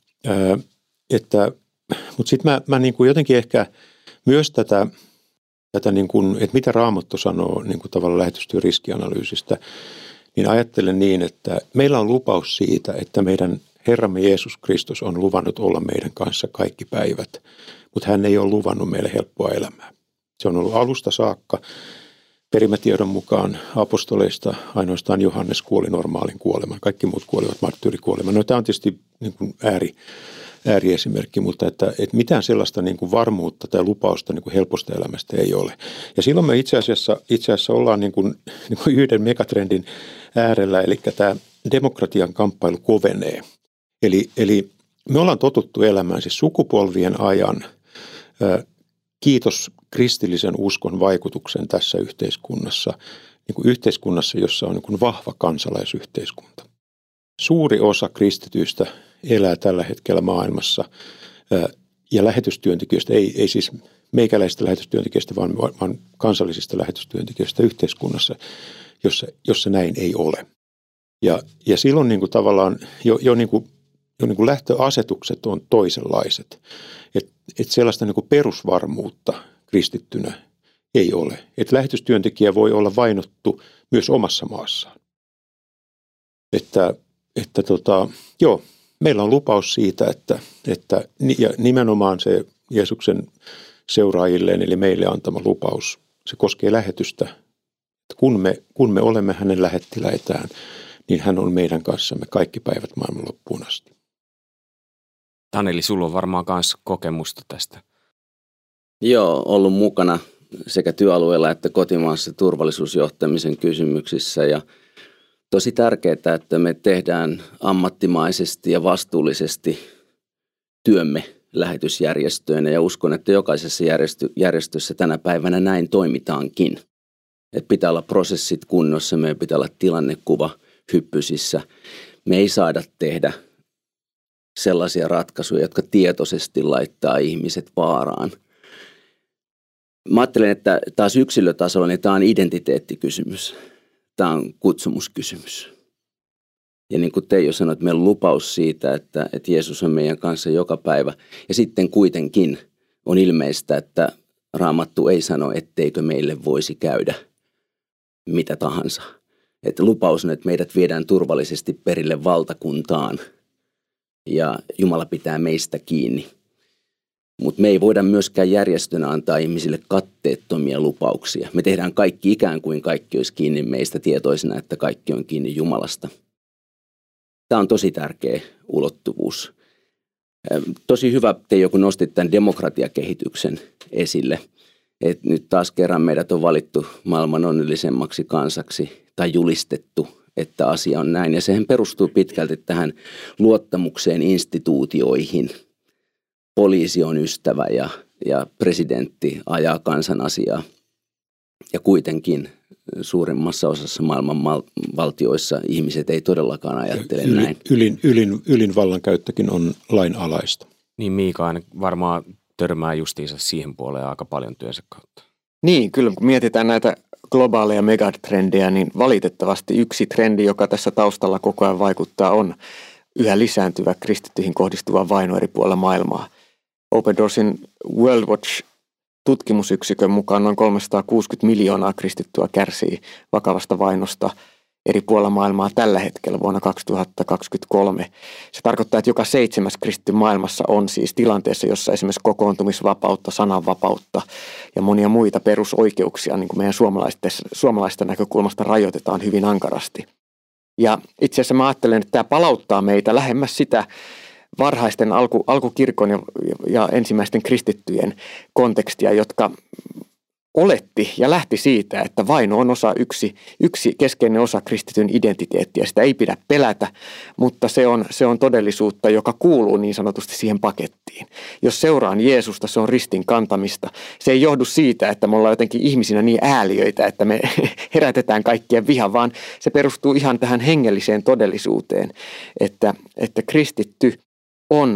Mutta sitten mä niin kuin jotenkin ehkä myös tätä niin kuin, että mitä Raamattu sanoo niin kuin tavallaan lähetystyön riskianalyysistä, niin ajattelen niin, että meillä on lupaus siitä, että meidän Herramme Jeesus Kristus on luvannut olla meidän kanssa kaikki päivät, mutta hän ei ole luvannut meille helppoa elämää. Se on ollut alusta saakka. Perimätiedon mukaan apostoleista ainoastaan Johannes kuoli normaalin kuoleman. Kaikki muut kuolivat marttyyrikuoleman. No, tämä on tietysti niin kuin ääriesimerkki, mutta että mitään sellaista niin kuin varmuutta tai lupausta niin kuin helposta elämästä ei ole. Ja silloin me itse asiassa ollaan niin kuin yhden megatrendin äärellä, eli tämä demokratian kamppailu kovenee. Eli me ollaan totuttu elämään siis sukupolvien ajan, kiitos kristillisen uskon vaikutuksen tässä yhteiskunnassa, niin kuin yhteiskunnassa, jossa on niin kuin vahva kansalaisyhteiskunta. Suuri osa kristityistä elää tällä hetkellä maailmassa ja lähetystyöntekijöistä, ei siis meikäläisistä lähetystyöntekijöistä, vaan kansallisista lähetystyöntekijöistä yhteiskunnassa, jossa näin ei ole. Ja silloin niin kuin tavallaan jo niin kuin lähtöasetukset on toisenlaiset. Että sellaista niin kuin perusvarmuutta kristittynä ei ole. Että lähetystyöntekijä voi olla vainottu myös omassa maassaan. Joo, meillä on lupaus siitä, että ja nimenomaan se Jeesuksen seuraajilleen, eli meille antama lupaus, se koskee lähetystä. Että kun me olemme hänen lähettiläitään, niin hän on meidän kanssamme kaikki päivät maailman loppuun asti. Taneli, sulla on varmaan myös kokemusta tästä. Joo, ollut mukana sekä työalueella että kotimaassa turvallisuusjohtamisen kysymyksissä ja tosi tärkeää, että me tehdään ammattimaisesti ja vastuullisesti työmme lähetysjärjestöinä ja uskon, että jokaisessa järjestössä tänä päivänä näin toimitaankin. Että pitää olla prosessit kunnossa, meidän pitää olla tilannekuva hyppysissä. Me ei saada tehdä sellaisia ratkaisuja, jotka tietoisesti laittaa ihmiset vaaraan. Mä ajattelen, että taas yksilötasolla niin tämä on identiteettikysymys. Tämä on kutsumuskysymys. Ja niin kuin Teijo sanoi, että meillä on lupaus siitä, että Jeesus on meidän kanssa joka päivä. Ja sitten kuitenkin on ilmeistä, että Raamattu ei sano, etteikö meille voisi käydä mitä tahansa. Että lupaus on, että meidät viedään turvallisesti perille valtakuntaan ja Jumala pitää meistä kiinni. Mutta me ei voida myöskään järjestönä antaa ihmisille katteettomia lupauksia. Me tehdään kaikki ikään kuin kaikki olisi kiinni meistä tietoisena, että kaikki on kiinni Jumalasta. Tämä on tosi tärkeä ulottuvuus. Tosi hyvä, Teijo, kun nostit tämän demokratiakehityksen esille. Et nyt taas kerran meidät on valittu maailman onnellisemmaksi kansaksi tai julistettu, että asia on näin. Ja sehän perustuu pitkälti tähän luottamukseen instituutioihin. Poliisi on ystävä ja presidentti ajaa kansan asiaa. Ja kuitenkin suurimmassa osassa maailman valtioissa ihmiset ei todellakaan ajattele näin. Ylin vallankäyttökin on lainalaista. Niin Miika varmaan törmää justiinsa siihen puoleen aika paljon työnsä kautta. Niin, kyllä kun mietitään näitä globaaleja megatrendejä, niin valitettavasti yksi trendi, joka tässä taustalla koko ajan vaikuttaa, on yhä lisääntyvä kristittyihin kohdistuva vaino eri puolilla maailmaa. Open Doorsin World Watch tutkimusyksikön mukaan noin 360 miljoonaa kristittyä kärsii vakavasta vainosta eri puolilla maailmaa tällä hetkellä vuonna 2023. Se tarkoittaa, että joka 7. kristitty maailmassa on siis tilanteessa, jossa esimerkiksi kokoontumisvapautta, sananvapautta ja monia muita perusoikeuksia niin kuin meidän suomalaisten näkökulmasta rajoitetaan hyvin ankarasti. Ja itse asiassa mä ajattelen, että tämä palauttaa meitä lähemmäs sitä varhaisten alkukirkon ja ensimmäisten kristittyjen kontekstia, jotka oletti ja lähti siitä, että vaino on yksi keskeinen osa kristityn identiteettiä. Sitä ei pidä pelätä, mutta se on todellisuutta, joka kuuluu niin sanotusti siihen pakettiin. Jos seuraan Jeesusta, se on ristin kantamista. Se ei johdu siitä, että me ollaan jotenkin ihmisinä niin ääliöitä, että me herätetään kaikkien vihan, vaan se perustuu ihan tähän hengelliseen todellisuuteen, että kristitty on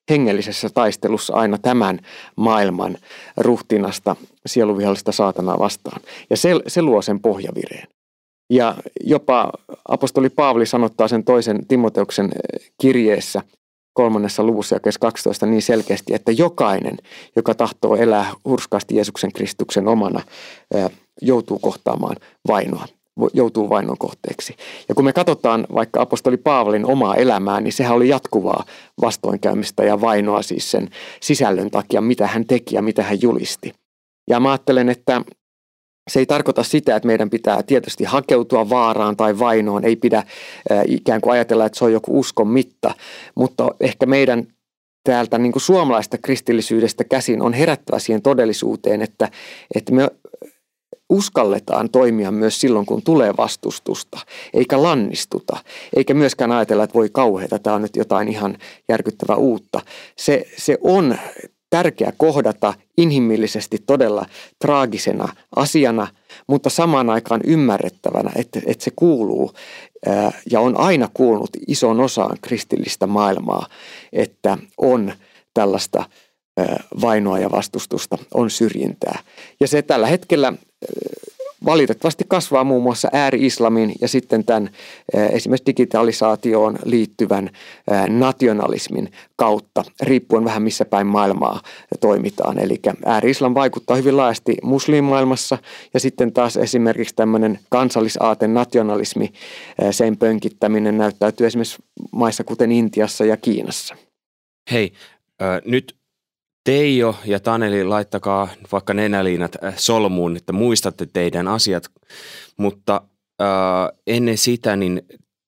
hengellisessä taistelussa aina tämän maailman ruhtinasta, sielunvihollista saatanaa vastaan. Ja se luo sen pohjavireen. Ja jopa apostoli Paavali sanottaa sen toisen Timoteuksen kirjeessä 3. luvussa jakeessa 12 niin selkeästi, että jokainen, joka tahtoo elää hurskaasti Jeesuksen Kristuksen omana, joutuu kohtaamaan vainoa, joutuu vainon kohteeksi. Ja kun me katsotaan vaikka apostoli Paavalin omaa elämää, niin sehän oli jatkuvaa vastoinkäymistä ja vainoa siis sen sisällön takia, mitä hän teki ja mitä hän julisti. Ja mä ajattelen, että se ei tarkoita sitä, että meidän pitää tietysti hakeutua vaaraan tai vainoon. Ei pidä ikään kuin ajatella, että se on joku uskon mitta, mutta ehkä meidän täältä niin kuin suomalaista kristillisyydestä käsin on herättävä siihen todellisuuteen, että me uskalletaan toimia myös silloin, kun tulee vastustusta, eikä lannistuta, eikä myöskään ajatella, että voi kauheata, tämä on nyt jotain ihan järkyttävää uutta. Se on tärkeä kohdata inhimillisesti todella traagisena asiana, mutta samaan aikaan ymmärrettävänä, että se kuuluu ja on aina kuulunut ison osaan kristillistä maailmaa, että on tällaista vainoa ja vastustusta, on syrjintää. Ja se tällä hetkellä valitettavasti kasvaa muun muassa ääri-islamin ja sitten tämän esimerkiksi digitalisaatioon liittyvän nationalismin kautta, riippuen vähän missä päin maailmaa toimitaan. Eli ääri-islam vaikuttaa hyvin laajasti muslimimaailmassa ja sitten taas esimerkiksi tämmöinen kansallisaaten nationalismi, sen pönkittäminen näyttäytyy esimerkiksi maissa kuten Intiassa ja Kiinassa. Hei, nyt Teijo ja Taneli, laittakaa vaikka nenäliinat solmuun, että muistatte teidän asiat, mutta ennen sitä niin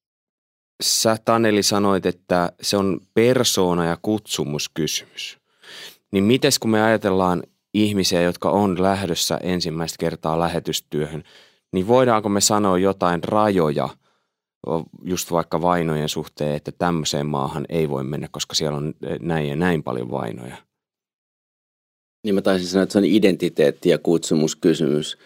sä, Taneli, sanoit, että se on persoona- ja kutsumuskysymys. Niin mites kun me ajatellaan ihmisiä, jotka on lähdössä ensimmäistä kertaa lähetystyöhön, niin voidaanko me sanoa jotain rajoja just vaikka vainojen suhteen, että tämmöiseen maahan ei voi mennä, koska siellä on näin ja näin paljon vainoja? Niin mä taisin sanoa, että se on identiteetti- ja kutsumuskysymys.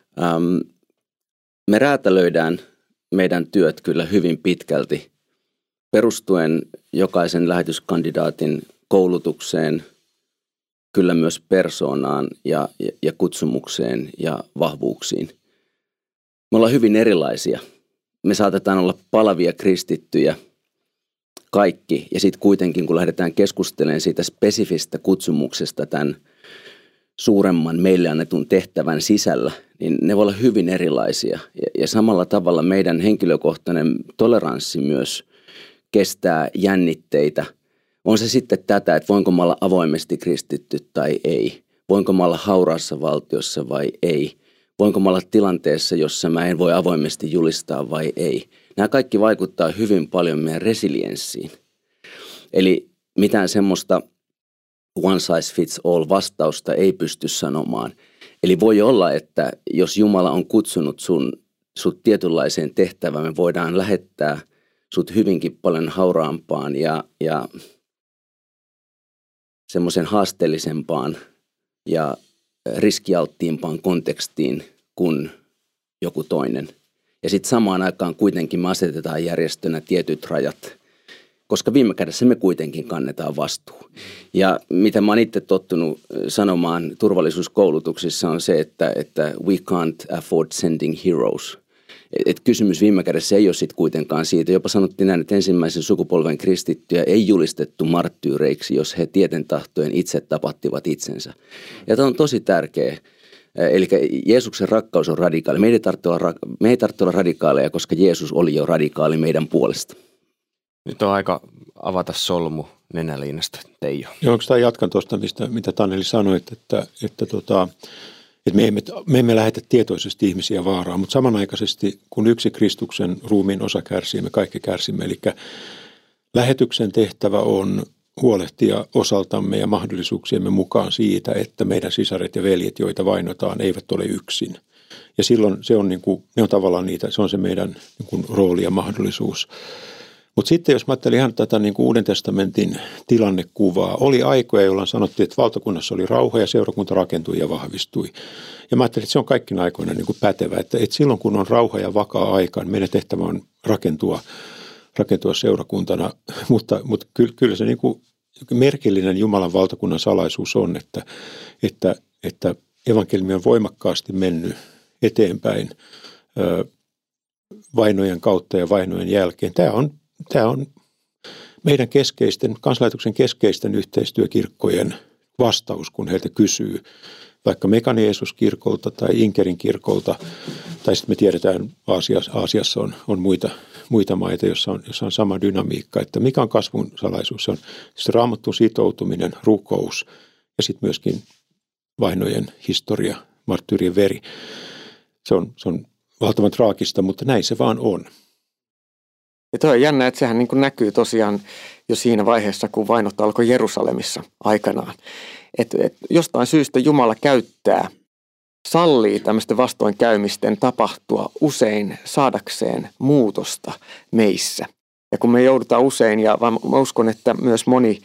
Me räätälöidään meidän työt kyllä hyvin pitkälti perustuen jokaisen lähetyskandidaatin koulutukseen, kyllä myös persoonaan ja kutsumukseen ja vahvuuksiin. Me ollaan hyvin erilaisia. Me saatetaan olla palavia kristittyjä kaikki ja sitten kuitenkin kun lähdetään keskustelemaan siitä spesifistä kutsumuksesta tämän suuremman meille annetun tehtävän sisällä, niin ne voi olla hyvin erilaisia. Ja samalla tavalla meidän henkilökohtainen toleranssi myös kestää jännitteitä. On se sitten tätä, että voinko mä olla avoimesti kristitty tai ei. Voinko mä olla hauraassa valtiossa vai ei. Voinko mä olla tilanteessa, jossa mä en voi avoimesti julistaa vai ei. Nämä kaikki vaikuttaa hyvin paljon meidän resilienssiin. Eli mitään semmoista one size fits all vastausta ei pysty sanomaan. Eli voi olla, että jos Jumala on kutsunut sut tietynlaiseen tehtävään, me voidaan lähettää sut hyvinkin paljon hauraampaan ja semmoisen haasteellisempaan ja riskialttiimpaan kontekstiin kuin joku toinen. Ja sitten samaan aikaan kuitenkin me asetetaan järjestönä tietyt rajat, koska viime kädessä me kuitenkin kannetaan vastuu. Ja mitä mä oon itse tottunut sanomaan turvallisuuskoulutuksissa on se, että we can't afford sending heroes. Et kysymys viime kädessä ei ole sitten kuitenkaan siitä. Jopa sanottiin näin, että ensimmäisen sukupolven kristittyjä ei julistettu marttyyreiksi, jos he tieten tahtojen itse tapattivat itsensä. Ja tämä on tosi tärkeä. Eli Jeesuksen rakkaus on radikaali. Me ei tarvitse olla radikaaleja, koska Jeesus oli jo radikaali meidän puolesta. Nyt on aika avata solmu nenäliinasta, Teijo. Joo, oikeastaan jatkan tuosta, mitä Taneli sanoi, että me emme lähetä tietoisesti ihmisiä vaaraan, mutta samanaikaisesti kun yksi Kristuksen ruumiin osa kärsii, me kaikki kärsimme. Eli lähetyksen tehtävä on huolehtia osaltamme ja mahdollisuuksiemme mukaan siitä, että meidän sisaret ja veljet, joita vainotaan, eivät ole yksin. Ja silloin ne on tavallaan niitä, se on se meidän rooli ja mahdollisuus. Mutta sitten jos mä ajattelin ihan tätä Uuden testamentin tilannekuvaa, oli aikoja, jolloin sanottiin, että valtakunnassa oli rauha ja seurakunta rakentui ja vahvistui. Ja mä ajattelin, että se on kaikkina aikoina pätevä, että silloin kun on rauha ja vakaa aika, niin meidän tehtävä on rakentua seurakuntana, mutta kyllä se merkillinen Jumalan valtakunnan salaisuus on, että evankeliumi on voimakkaasti mennyt eteenpäin vainojen kautta ja vainojen jälkeen. Tämä on meidän kansanlähetyksen keskeisten yhteistyökirkkojen vastaus, kun heiltä kysyy vaikka Mekane Jeesus-kirkolta tai Inkerin kirkolta, tai sitten me tiedetään, Aasiassa on muita maita, jossa on sama dynamiikka, että mikä on kasvun salaisuus. Se on Raamattuun sitoutuminen, rukous ja sitten myöskin vainojen historia, marttyyrien veri. Se on valtavan traagista, mutta näin se vaan on. Ja toi on jännä, että sehän niin kuin näkyy tosiaan jo siinä vaiheessa, kun vainot alkoi Jerusalemissa aikanaan. Että jostain syystä Jumala sallii tämmöisten vastoinkäymisten tapahtua usein saadakseen muutosta meissä. Ja kun me joudutaan usein, ja mä uskon, että myös moni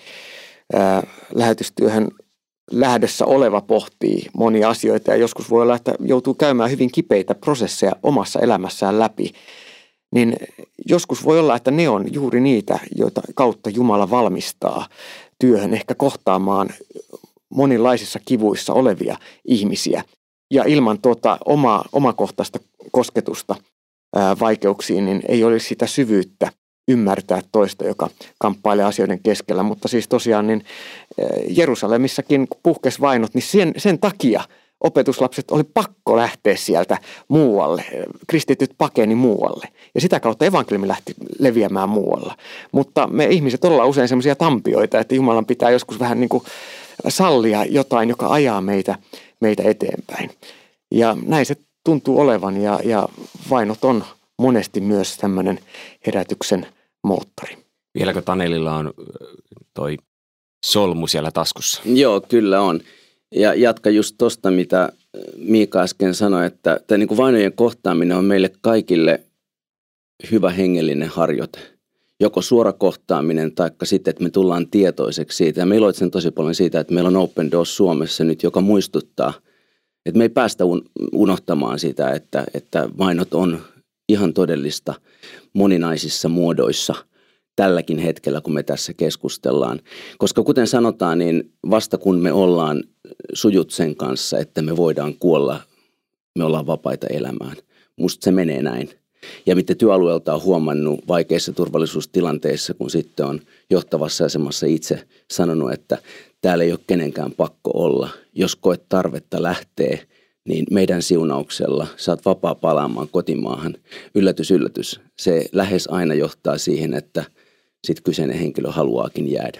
lähetystyöhön lähdössä oleva pohtii monia asioita, ja joskus voi olla, että joutuu käymään hyvin kipeitä prosesseja omassa elämässään läpi, niin joskus voi olla, että ne on juuri niitä, joita kautta Jumala valmistaa työhön, ehkä kohtaamaan monenlaisissa kivuissa olevia ihmisiä. Ja ilman omakohtaista kosketusta vaikeuksiin, niin ei olisi sitä syvyyttä ymmärtää toista, joka kamppailee asioiden keskellä. Mutta siis tosiaan niin Jerusalemissakin, kun puhkesi vainot, niin sen takia opetuslapset oli pakko lähteä sieltä muualle. Kristityt pakeni muualle. Ja sitä kautta evankeliumi lähti leviämään muualla. Mutta me ihmiset ollaan usein semmoisia tampioita, että Jumalan pitää joskus vähän niin kuin sallia jotain, joka ajaa meitä eteenpäin. Ja näin se tuntuu olevan, ja vainot on monesti myös tämmöinen herätyksen moottori. Vieläkö Tanelilla on toi solmu siellä taskussa? Joo, kyllä on. Ja jatka just tuosta, mitä Miika äsken sanoi, että tämä niin kuin vainojen kohtaaminen on meille kaikille hyvä hengellinen harjoite. Joko suora kohtaaminen tai sitten, että me tullaan tietoiseksi siitä. Ja me iloitsen tosi paljon siitä, että meillä on Open Doors Suomessa nyt, joka muistuttaa, että me ei päästä unohtamaan sitä, että vainot on ihan todellista moninaisissa muodoissa tälläkin hetkellä, kun me tässä keskustellaan. Koska kuten sanotaan, niin vasta kun me ollaan sujut sen kanssa, että me voidaan kuolla, me ollaan vapaita elämään. Musta se menee näin. Ja mitä työalueelta on huomannut vaikeissa turvallisuustilanteissa, kun sitten on johtavassa asemassa itse sanonut, että täällä ei ole kenenkään pakko olla. Jos koet tarvetta lähteä, niin meidän siunauksella saat vapaa palaamaan kotimaahan. Yllätys, yllätys. Se lähes aina johtaa siihen, että sitten kyseinen henkilö haluaakin jäädä.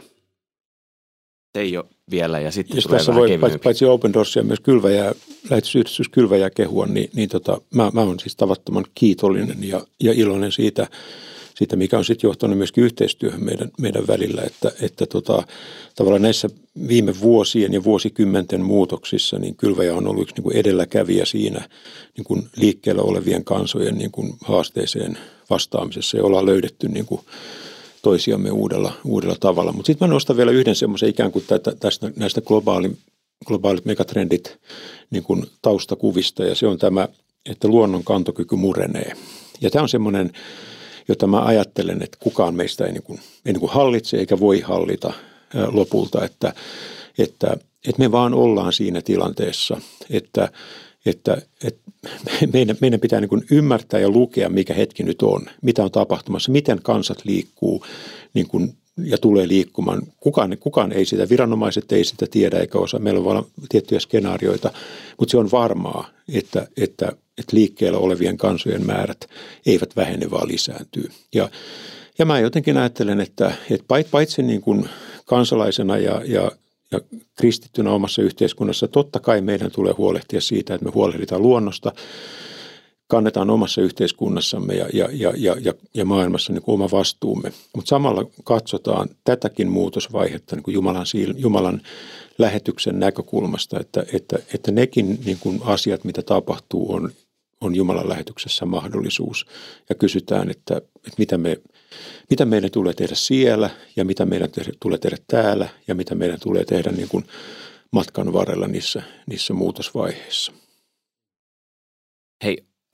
Teijo vielä ja sitten jos tulee tässä vähän voi kevyempi. paitsi Open Doorsia myös lähetysyhdistys Kylväjää kehua, niin mä olen siis tavattoman kiitollinen ja iloinen siitä, mikä on sitten johtanut myöskin yhteistyöhön meidän välillä, että tavallaan näissä viime vuosien ja vuosikymmenten muutoksissa, niin Kylväjä on ollut yksi niin kuin edelläkävijä siinä niin kuin liikkeellä olevien kansojen niin kuin haasteeseen vastaamisessa, ja ollaan löydetty niin kuin toisiamme uudella tavalla. Mutta sitten mä nostan vielä yhden semmoisen ikään kuin näistä globaalit megatrendit niin kuin taustakuvista, ja se on tämä, että luonnon kantokyky murenee. Ja tämä on semmoinen, jota mä ajattelen, että kukaan meistä ei niin kuin hallitse eikä voi hallita lopulta, että me vaan ollaan siinä tilanteessa, että meidän pitää niin kuin ymmärtää ja lukea, mikä hetki nyt on, mitä on tapahtumassa, miten kansat liikkuu niin kuin, ja tulee liikkumaan. Kukaan ei sitä, viranomaiset ei sitä tiedä eikä osaa. Meillä on vaan tiettyjä skenaarioita, mutta se on varmaa, että liikkeellä olevien kansojen määrät eivät vähene, vaan lisääntyy. Ja mä jotenkin ajattelen, että paitsi niin kuin kansalaisena ja kristittynä omassa yhteiskunnassa, totta kai meidän tulee huolehtia siitä, että me huolehditaan luonnosta, kannetaan omassa yhteiskunnassamme ja maailmassa niin kuin oma vastuumme. Mutta samalla katsotaan tätäkin muutosvaihetta niin kuin Jumalan lähetyksen näkökulmasta, että nekin niin kuin asiat, mitä tapahtuu, on Jumalan lähetyksessä mahdollisuus. Ja kysytään, että mitä meidän tulee tehdä siellä ja mitä meidän tulee tehdä täällä ja mitä meidän tulee tehdä niin kuin matkan varrella niissä muutosvaiheissa. Hei,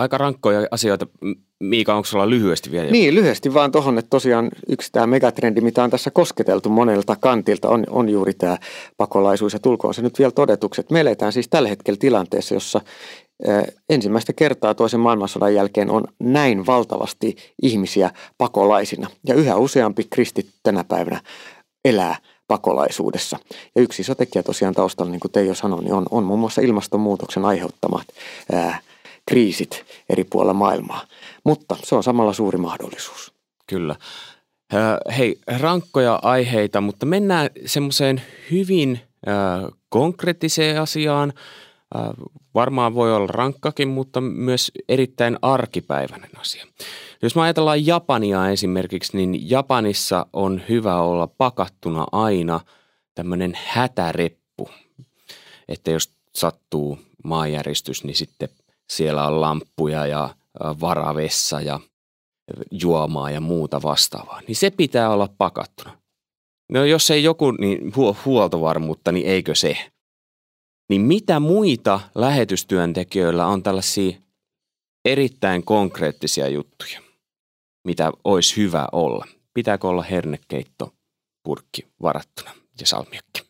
Aika rankkoja asioita. Miika, onko sulla lyhyesti vielä? Niin, lyhyesti vaan tuohon, että tosiaan yksi tämä megatrendi, mitä on tässä kosketeltu monelta kantilta, on juuri tämä pakolaisuus. Ja tulkoon se nyt vielä todetuksi, että me eletään siis tällä hetkellä tilanteessa, jossa ensimmäistä kertaa toisen maailmansodan jälkeen on näin valtavasti ihmisiä pakolaisina. Ja yhä useampi kristitty tänä päivänä elää pakolaisuudessa. Ja yksi iso tekijä tosiaan taustalla, niin kuin Teijo sanoi, niin on muun muassa ilmastonmuutoksen aiheuttamat kriisit eri puolilla maailmaa. Mutta se on samalla suuri mahdollisuus. Kyllä. Hei, rankkoja aiheita, mutta mennään semmoiseen hyvin konkreettiseen asiaan. Varmaan voi olla rankkakin, mutta myös erittäin arkipäiväinen asia. Jos me ajatellaan Japania esimerkiksi, niin Japanissa on hyvä olla pakattuna aina tämmöinen hätäreppu. Että jos sattuu maanjäristys, niin sitten siellä on lamppuja ja varavessa ja juomaa ja muuta vastaavaa. Niin se pitää olla pakattuna. No jos ei joku, niin huoltovarmuutta, niin eikö se? Niin mitä muita lähetystyöntekijöillä on tällaisia erittäin konkreettisia juttuja, mitä olisi hyvä olla? Pitääkö olla hernekeittopurkki varattuna ja salmiakki?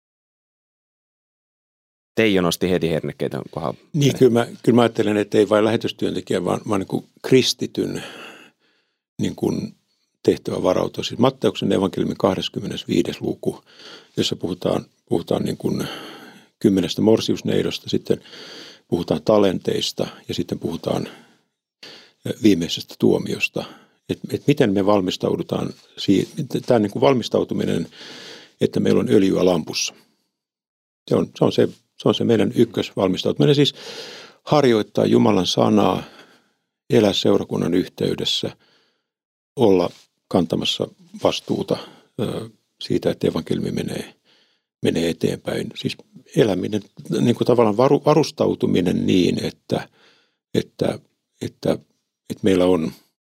Teijo nosti heti hernekeiton kohdalla. Niin, kyllä mä ajattelen, että ei vain lähetystyöntekijä, vaan niin kuin kristityn niin kuin tehtävä varautua. Siis Matteuksen evankeliumin 25. luku, jossa puhutaan niin kuin 10 morsiusneidosta, sitten puhutaan talenteista ja sitten puhutaan viimeisestä tuomiosta. Et miten me valmistaudutaan, tämä niin kuin valmistautuminen, että meillä on öljyä lampussa. Se on se meidän ykkösvalmistautuminen. Siis harjoittaa Jumalan sanaa, elää seurakunnan yhteydessä, olla kantamassa vastuuta siitä, että evankeliumi menee eteenpäin. Siis eläminen, niin kuin tavallaan varustautuminen niin, että meillä on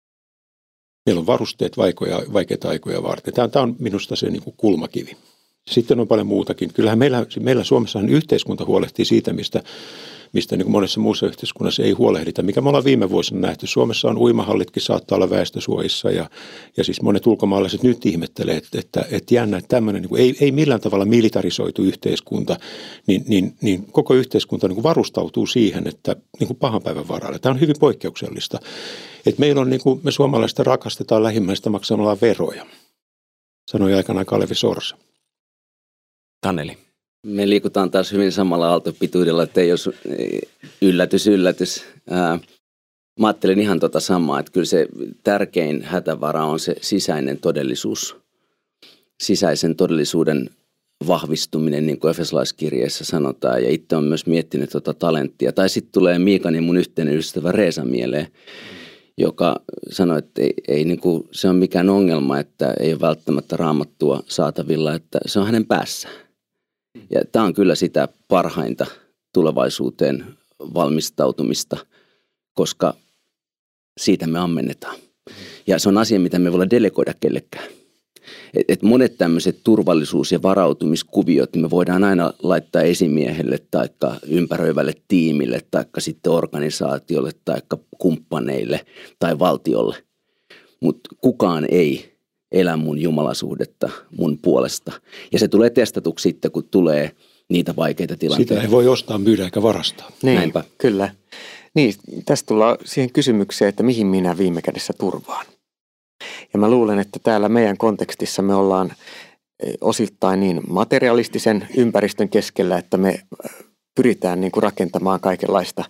varusteet vaikeita aikoja varten. Tämä on minusta se niin kuin kulmakivi. Sitten on paljon muutakin. Kyllähän meillä Suomessahan yhteiskunta huolehtii siitä, mistä niin kuin monessa muussa yhteiskunnassa ei huolehdita, mikä me ollaan viime vuosina nähty. Suomessa on uimahallitkin saattaa olla väestösuojissa ja siis monet ulkomaalaiset nyt ihmettelee, että jännä, että tämmöinen niin kuin ei millään tavalla militarisoitu yhteiskunta, niin koko yhteiskunta niin kuin varustautuu siihen, että niin kuin pahan päivän varalle. Tämä on hyvin poikkeuksellista. Että meillä on, niin kuin me suomalaiset rakastetaan lähimmäistä maksamalla veroja, sanoi aikanaan Kalevi Sorsa. Taneli. Me liikutaan taas hyvin samalla aaltopituudella, että ei jos yllätys. Mä ajattelen ihan samaa, että kyllä se tärkein hätävara on se sisäinen todellisuus. Sisäisen todellisuuden vahvistuminen, niin kuin Efesolaiskirjeessä sanotaan. Ja itse olen myös miettinyt talenttia. Tai sitten tulee Miikan ja mun yhteinen ystävä Reesa mieleen, joka sanoi, että ei niin kuin, se on mikään ongelma, että ei ole välttämättä raamattua saatavilla, että se on hänen päässään. Ja tämä on kyllä sitä parhainta tulevaisuuteen valmistautumista, koska siitä me ammennetaan. Ja se on asia, mitä me voidaan delegoida kellekään. Et monet tämmöiset turvallisuus- ja varautumiskuviot me voidaan aina laittaa esimiehelle tai ympäröivälle tiimille tai sitten organisaatiolle tai kumppaneille tai valtiolle. Mutta kukaan ei elä mun jumalasuhdetta mun puolesta. Ja se tulee testatuksi sitten, kun tulee niitä vaikeita tilanteita. Sitä ei voi ostaa, myydä eikä varastaa. Niin, näinpä. Kyllä. Niin, tästä tullaan siihen kysymykseen, että mihin minä viime kädessä turvaan. Ja mä luulen, että täällä meidän kontekstissa me ollaan osittain niin materialistisen ympäristön keskellä, että me pyritään niin kuin rakentamaan kaikenlaista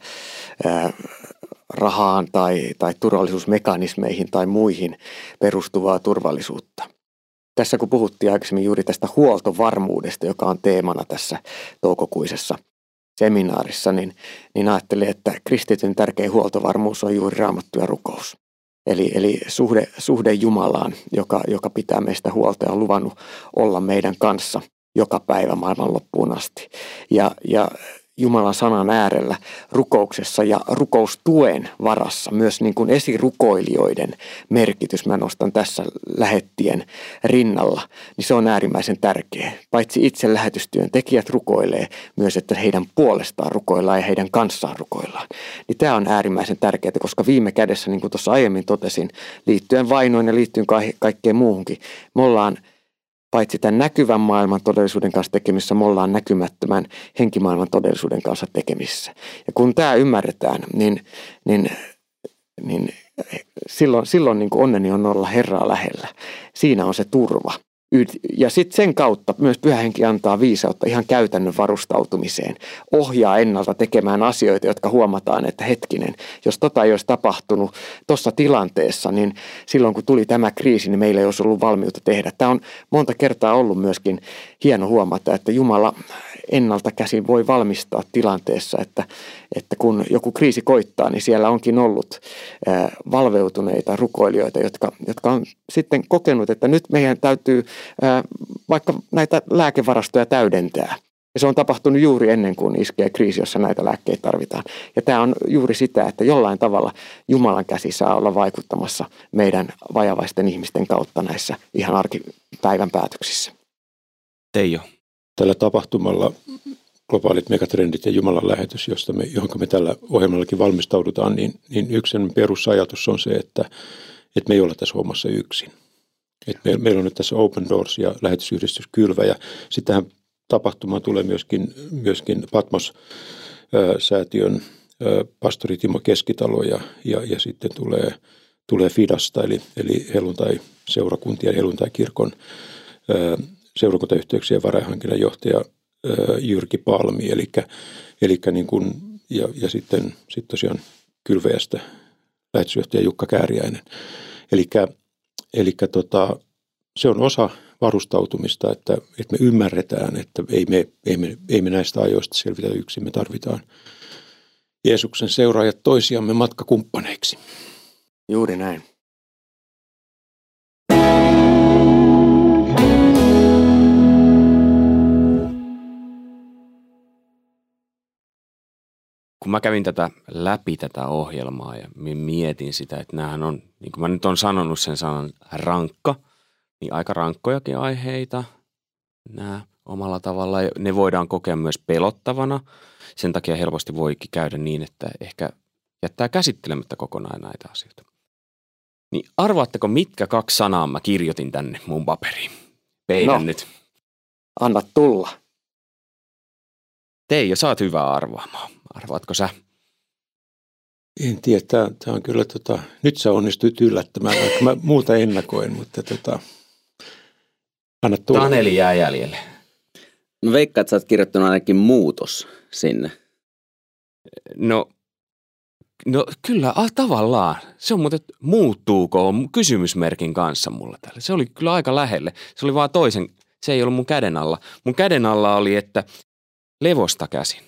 rahaan tai turvallisuusmekanismeihin tai muihin perustuvaa turvallisuutta. Tässä kun puhuttiin aikaisemmin juuri tästä huoltovarmuudesta, joka on teemana tässä toukokuisessa seminaarissa, niin ajattelin, että kristityn tärkein huoltovarmuus on juuri raamattu ja rukous. Eli suhde Jumalaan, joka pitää meistä huolta ja on luvannut olla meidän kanssa joka päivä maailman loppuun asti. Ja Jumalan sanan äärellä rukouksessa ja rukoustuen varassa. Myös niin kuin esirukoilijoiden merkitys, mä nostan tässä lähettien rinnalla, niin se on äärimmäisen tärkeä. Paitsi itse lähetystyön tekijät rukoilee, myös että heidän puolestaan rukoillaan ja heidän kanssaan rukoillaan. Niin tämä on äärimmäisen tärkeää, koska viime kädessä, niin kuin tuossa aiemmin totesin, liittyen vainoin ja liittyen kaikkeen muuhunkin, me ollaan paitsi tämän näkyvän maailman todellisuuden kanssa tekemissä, me ollaan näkymättömän henkimaailman todellisuuden kanssa tekemissä. Ja kun tämä ymmärretään, niin silloin niin kuin onneni on olla Herraa lähellä. Siinä on se turva. Ja sitten sen kautta myös Pyhä Henki antaa viisautta ihan käytännön varustautumiseen. Ohjaa ennalta tekemään asioita, jotka huomataan, että hetkinen, jos tota ei olisi tapahtunut tuossa tilanteessa, niin silloin kun tuli tämä kriisi, niin meillä ei olisi ollut valmiutta tehdä. Tämä on monta kertaa ollut myöskin hieno huomata, että Jumala ennalta käsin voi valmistaa tilanteessa, että kun joku kriisi koittaa, niin siellä onkin ollut valveutuneita rukoilijoita, jotka on sitten kokenut, että nyt meidän täytyy vaikka näitä lääkevarastoja täydentää. Ja se on tapahtunut juuri ennen kuin iskee kriisi, jossa näitä lääkkeitä tarvitaan. Ja tämä on juuri sitä, että jollain tavalla Jumalan käsi saa olla vaikuttamassa meidän vajavaisten ihmisten kautta näissä ihan arkipäivän päätöksissä. Teijo. Tällä tapahtumalla globaalit megatrendit ja Jumalan lähetys, johon me tällä ohjelmallakin valmistaudutaan, niin yksi perusajatus on se, että me ei olla tässä hommassa yksin. Meillä on nyt tässä Open Doors ja lähetysyhdistys Kylvä ja sitten tähän tapahtumaan tulee myöskin Patmos-säätiön pastori Timo Keskitalo ja sitten tulee Fidasta eli helluntai-seurakuntien helluntai-kirkon seurakuntayhteyksien varainhankinnanjohtaja Jyrki Palmi eli niin kuin, ja sitten tosiaan Kylväjästä lähetysjohtaja Jukka Kääriäinen. Eli se on osa varustautumista, että me ymmärretään, että ei me näistä ajoista selvitä yksin. Me tarvitaan Jeesuksen seuraajat toisiamme matkakumppaneiksi. Juuri näin. Kun mä kävin läpi tätä ohjelmaa ja mietin sitä, että näähän on, niin kuin mä nyt on sanonut sen sanan rankka, niin aika rankkojakin aiheita nämä omalla tavalla. Ne voidaan kokea myös pelottavana. Sen takia helposti voikin käydä niin, että ehkä jättää käsittelemättä kokonaan näitä asioita. Niin arvaatteko, mitkä 2 sanaa mä kirjoitin tänne mun paperiin? Peidän nyt. Anna tulla. Teijo, sä oot hyvä arvaamaan. Arvaatko sä? En tiedä, tämä on kyllä, nyt sä onnistuit yllättämään, vaikka mä muuta ennakoin, mutta anna tulla. Taneli jää jäljelle. Mä veikkaan, että sä oot kirjoittanut ainakin muutos sinne. No kyllä, tavallaan. Se on muuten, muuttuuko kysymysmerkin kanssa mulla täällä. Se oli kyllä aika lähelle. Se oli vaan toisen, se ei ollut mun käden alla. Mun käden alla oli, että levosta käsin.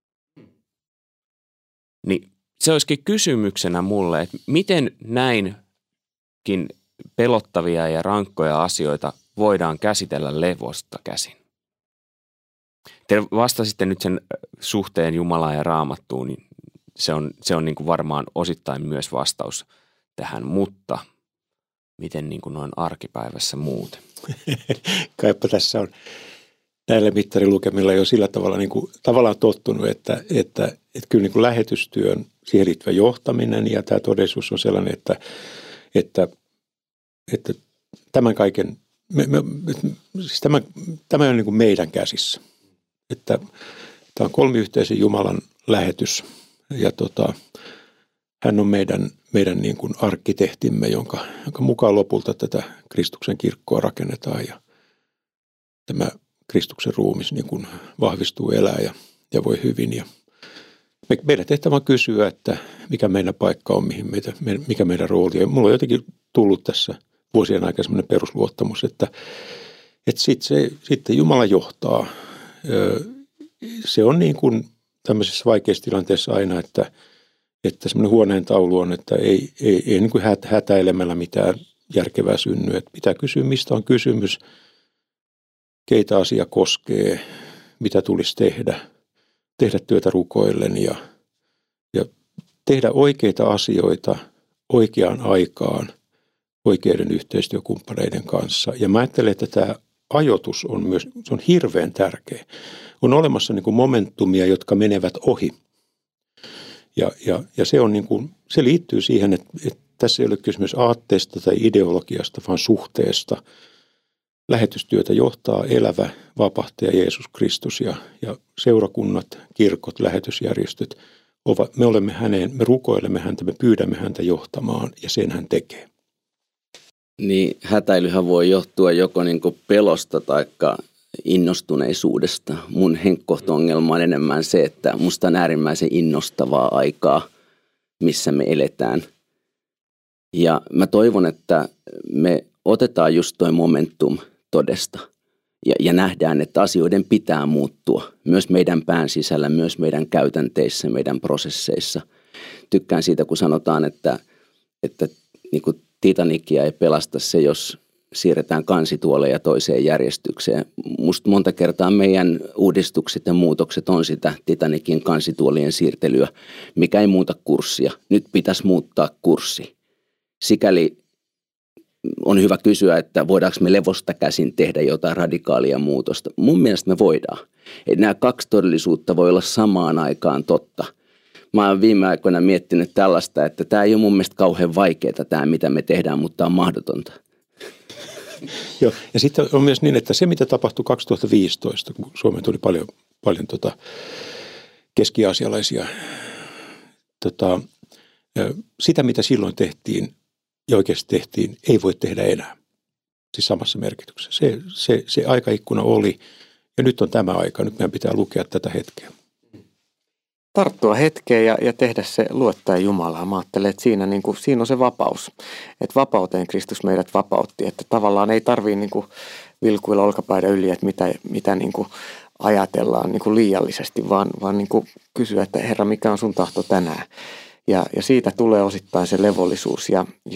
Niin se olisikin kysymyksenä mulle, että miten näinkin pelottavia ja rankkoja asioita voidaan käsitellä levosta käsin. Te vastasitte nyt sen suhteen Jumalaan ja Raamattuun, niin se on niin kuin varmaan osittain myös vastaus tähän, mutta miten niin kuin noin arkipäivässä muuten? Kaipa tässä on näillä mittarilukemilla jo sillä tavalla niin kuin, tavallaan tottunut, että kyllä niin kuin lähetystyön siihen liittyvä johtaminen ja tämä todellisuus on sellainen, että tämän kaiken, siis tämä on niin kuin meidän käsissä. Että tämä on kolmiyhteisen Jumalan lähetys ja hän on meidän niin kuin arkkitehtimme, jonka mukaan lopulta tätä Kristuksen kirkkoa rakennetaan ja tämä Kristuksen ruumis niin kuin vahvistuu, elää ja voi hyvin. Ja meidän tehtävä on kysyä, että mikä meidän paikka on, mikä meidän rooli on. Mulla on jotenkin tullut tässä vuosien aikana sellainen perusluottamus, että sitten Jumala johtaa. Se on niin kuin tämmöisessä vaikeassa tilanteessa aina, että semmoinen huoneen taulu on, että ei niin kuin hätäilemällä mitään järkevää synny. Että pitää kysyä, mistä on kysymys, keitä asia koskee, mitä tulisi tehdä, tehdä työtä rukoillen ja tehdä oikeita asioita oikeaan aikaan oikeiden yhteistyökumppaneiden kanssa. Ja mä ajattelen, että tämä ajoitus on myös, se on hirveän tärkeä. On olemassa niin kuin momentumia, jotka menevät ohi. Ja se on niin kuin, se liittyy siihen, että tässä ei ole kysymys aatteesta tai ideologiasta, vaan suhteesta. Lähetystyötä johtaa elävä vapahtaja Jeesus Kristus ja seurakunnat, kirkot, lähetysjärjestöt. Me rukoilemme häntä, me pyydämme häntä johtamaan ja sen hän tekee. Niin hätäilyhän voi johtua joko niin kuin pelosta tai innostuneisuudesta. Mun henkkohto-ongelma on enemmän se, että musta on äärimmäisen innostavaa aikaa, missä me eletään. Ja mä toivon, että me otetaan just toi momentum todesta ja nähdään, että asioiden pitää muuttua myös meidän pään sisällä, myös meidän käytänteissä, meidän prosesseissa. Tykkään siitä, kun sanotaan, että niin kuin Titanicia ei pelasta se, jos siirretään kansituoleja toiseen järjestykseen. Musta monta kertaa meidän uudistukset ja muutokset on sitä Titanicin kansituolien siirtelyä, mikä ei muuta kurssia. Nyt pitäisi muuttaa kurssi. Sikäli on hyvä kysyä, että voidaanko me levosta käsin tehdä jotain radikaalia muutosta. Mun mielestä me voidaan. Että nämä kaksi todellisuutta voi olla samaan aikaan totta. Mä oon viime aikoina miettinyt tällaista, että tämä ei ole mun mielestä kauhean vaikeaa tämä, mitä me tehdään, mutta tämä on mahdotonta. Joo, ja sitten on myös niin, että se mitä tapahtui 2015, kun Suomeen tuli paljon keski-aasialaisia, sitä mitä silloin tehtiin ja oikeasti tehtiin, ei voi tehdä enää. Siis samassa merkityksessä. Se aikaikkuna oli ja nyt on tämä aika. Nyt meidän pitää lukea tätä hetkeä. Tarttua hetkeen ja tehdä se luottaen Jumalaa. Mä ajattelen, että siinä on se vapaus. Että vapauteen Kristus meidät vapautti. Että tavallaan ei tarvitse vilkuilla olkapäiden yli, että mitä ajatellaan liiallisesti, vaan kysyä, että Herra, mikä on sun tahto tänään? Ja siitä tulee osittain se levollisuus.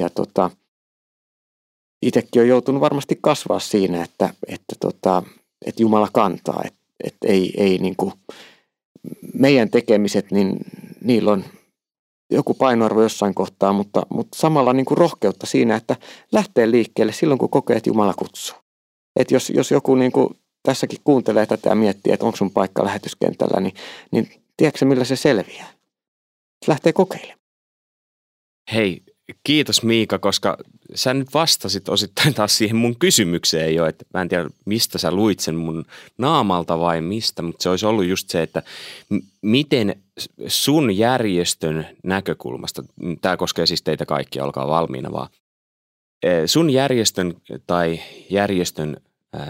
Itsekin on joutunut varmasti kasvaa siinä, että Jumala kantaa. Että ei meidän tekemiset, niin niillä on joku painoarvo jossain kohtaa, mutta samalla rohkeutta siinä, että lähtee liikkeelle silloin, kun kokee, että Jumala kutsuu. Että jos joku tässäkin kuuntelee tätä ja miettii, että onko sun paikka lähetyskentällä, niin tiedätkö millä se selviää? Lähtee kokeilemaan. Hei, kiitos Miika, koska sä nyt vastasit osittain taas siihen mun kysymykseen jo, että mä en tiedä mistä sä luit sen mun naamalta vai mistä, mutta se olisi ollut just se, että miten sun järjestön näkökulmasta, tämä koskee siis teitä kaikkia, olkaa valmiina vaan, sun järjestön tai järjestön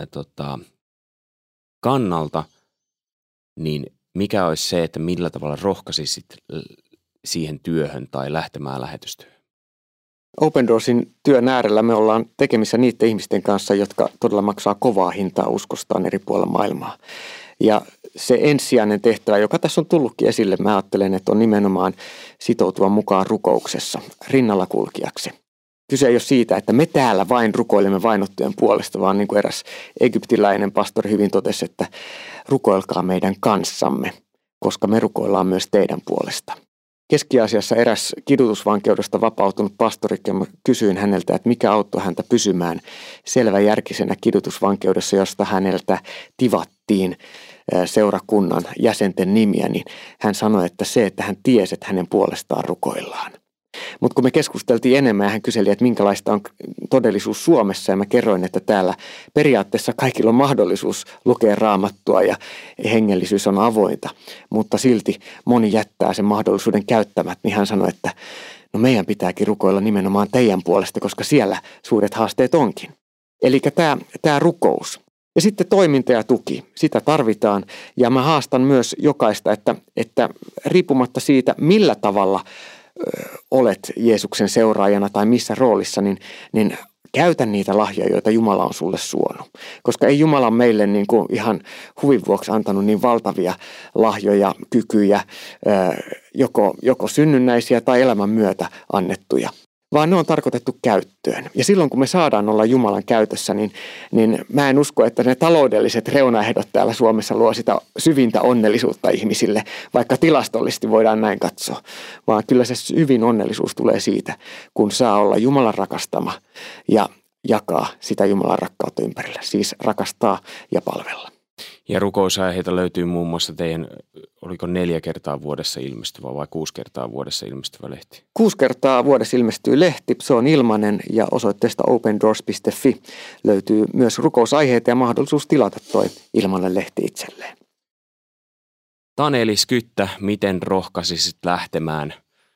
kannalta, niin mikä olisi se, että millä tavalla rohkaisisit siihen työhön tai lähtemään lähetystyöhön? Open Doorsin työn äärellä me ollaan tekemissä niiden ihmisten kanssa, jotka todella maksaa kovaa hintaa uskostaan eri puolilla maailmaa. Ja se ensisijainen tehtävä, joka tässä on tullutkin esille, mä ajattelen, että on nimenomaan sitoutua mukaan rukouksessa rinnalla kulkijaksi. Kyse ei ole siitä, että me täällä vain rukoilemme vainottujen puolesta, vaan niin kuin eräs egyptiläinen pastori hyvin totesi, että rukoilkaa meidän kanssamme, koska me rukoillaan myös teidän puolesta. Keski-Aasiassa eräs kidutusvankeudesta vapautunut pastori, kysyin häneltä, että mikä auttoi häntä pysymään selväjärkisenä kidutusvankeudessa, josta häneltä tivattiin seurakunnan jäsenten nimiä, niin hän sanoi, että se, että hän tiesi, että hänen puolestaan rukoillaan. Mutta kun me keskusteltiin enemmän ja hän kyseli, että minkälaista on todellisuus Suomessa ja mä kerroin, että täällä periaatteessa kaikilla on mahdollisuus lukea Raamattua ja hengellisyys on avointa, mutta silti moni jättää sen mahdollisuuden käyttämät, niin hän sanoi, että no meidän pitääkin rukoilla nimenomaan teidän puolesta, koska siellä suuret haasteet onkin. Eli tämä rukous. Ja sitten toiminta ja tuki, sitä tarvitaan ja mä haastan myös jokaista, että riippumatta siitä millä tavalla olet Jeesuksen seuraajana tai missä roolissa, niin käytä niitä lahjoja, joita Jumala on sulle suonut. Koska ei Jumala meille niin kuin ihan huvin vuoksi antanut niin valtavia lahjoja, kykyjä, joko synnynnäisiä tai elämän myötä annettuja, vaan ne on tarkoitettu käyttöön. Ja silloin kun me saadaan olla Jumalan käytössä, niin mä en usko, että ne taloudelliset reunaehdot täällä Suomessa luo sitä syvintä onnellisuutta ihmisille, vaikka tilastollisesti voidaan näin katsoa. Vaan kyllä se syvin onnellisuus tulee siitä, kun saa olla Jumalan rakastama ja jakaa sitä Jumalan rakkautta ympärillä. Siis rakastaa ja palvella. Ja rukousaiheita löytyy muun muassa teidän, oliko 4 kertaa vuodessa ilmestyvä vai 6 kertaa vuodessa ilmestyvä lehti? 6 kertaa vuodessa ilmestyy lehti, se on ilmainen ja osoitteesta opendoors.fi löytyy myös rukousaiheita ja mahdollisuus tilata toi ilmainen lehti itselleen. Taneli Skyttä, miten rohkaisisit lähtemään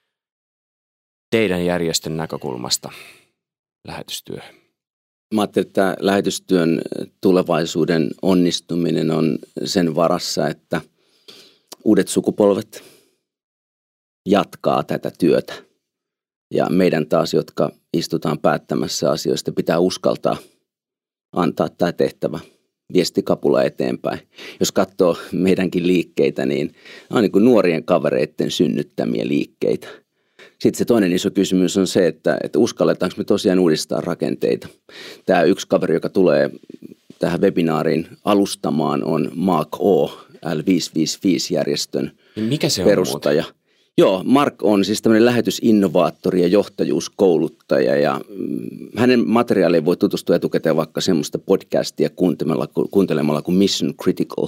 teidän järjestön näkökulmasta lähetystyöhön? Mä ajattelin, että lähetystyön tulevaisuuden onnistuminen on sen varassa, että uudet sukupolvet jatkaa tätä työtä. Ja meidän taas, jotka istutaan päättämässä asioista, pitää uskaltaa antaa tämä tehtävä viestikapula eteenpäin. Jos katsoo meidänkin liikkeitä, niin on niin kuin nuorien kavereiden synnyttämiä liikkeitä. Sitten se toinen iso kysymys on se, että uskalletaanko me tosiaan uudistaa rakenteita. Tämä yksi kaveri, joka tulee tähän webinaariin alustamaan, on Mark O, L555-järjestön Mikä se perustaja. On Joo, Mark on siis tämmöinen lähetysinnovaattori ja johtajuuskouluttaja ja hänen materiaaliin voi tutustua etukäteen vaikka semmoista podcastia kuuntelemalla kuin Mission Critical.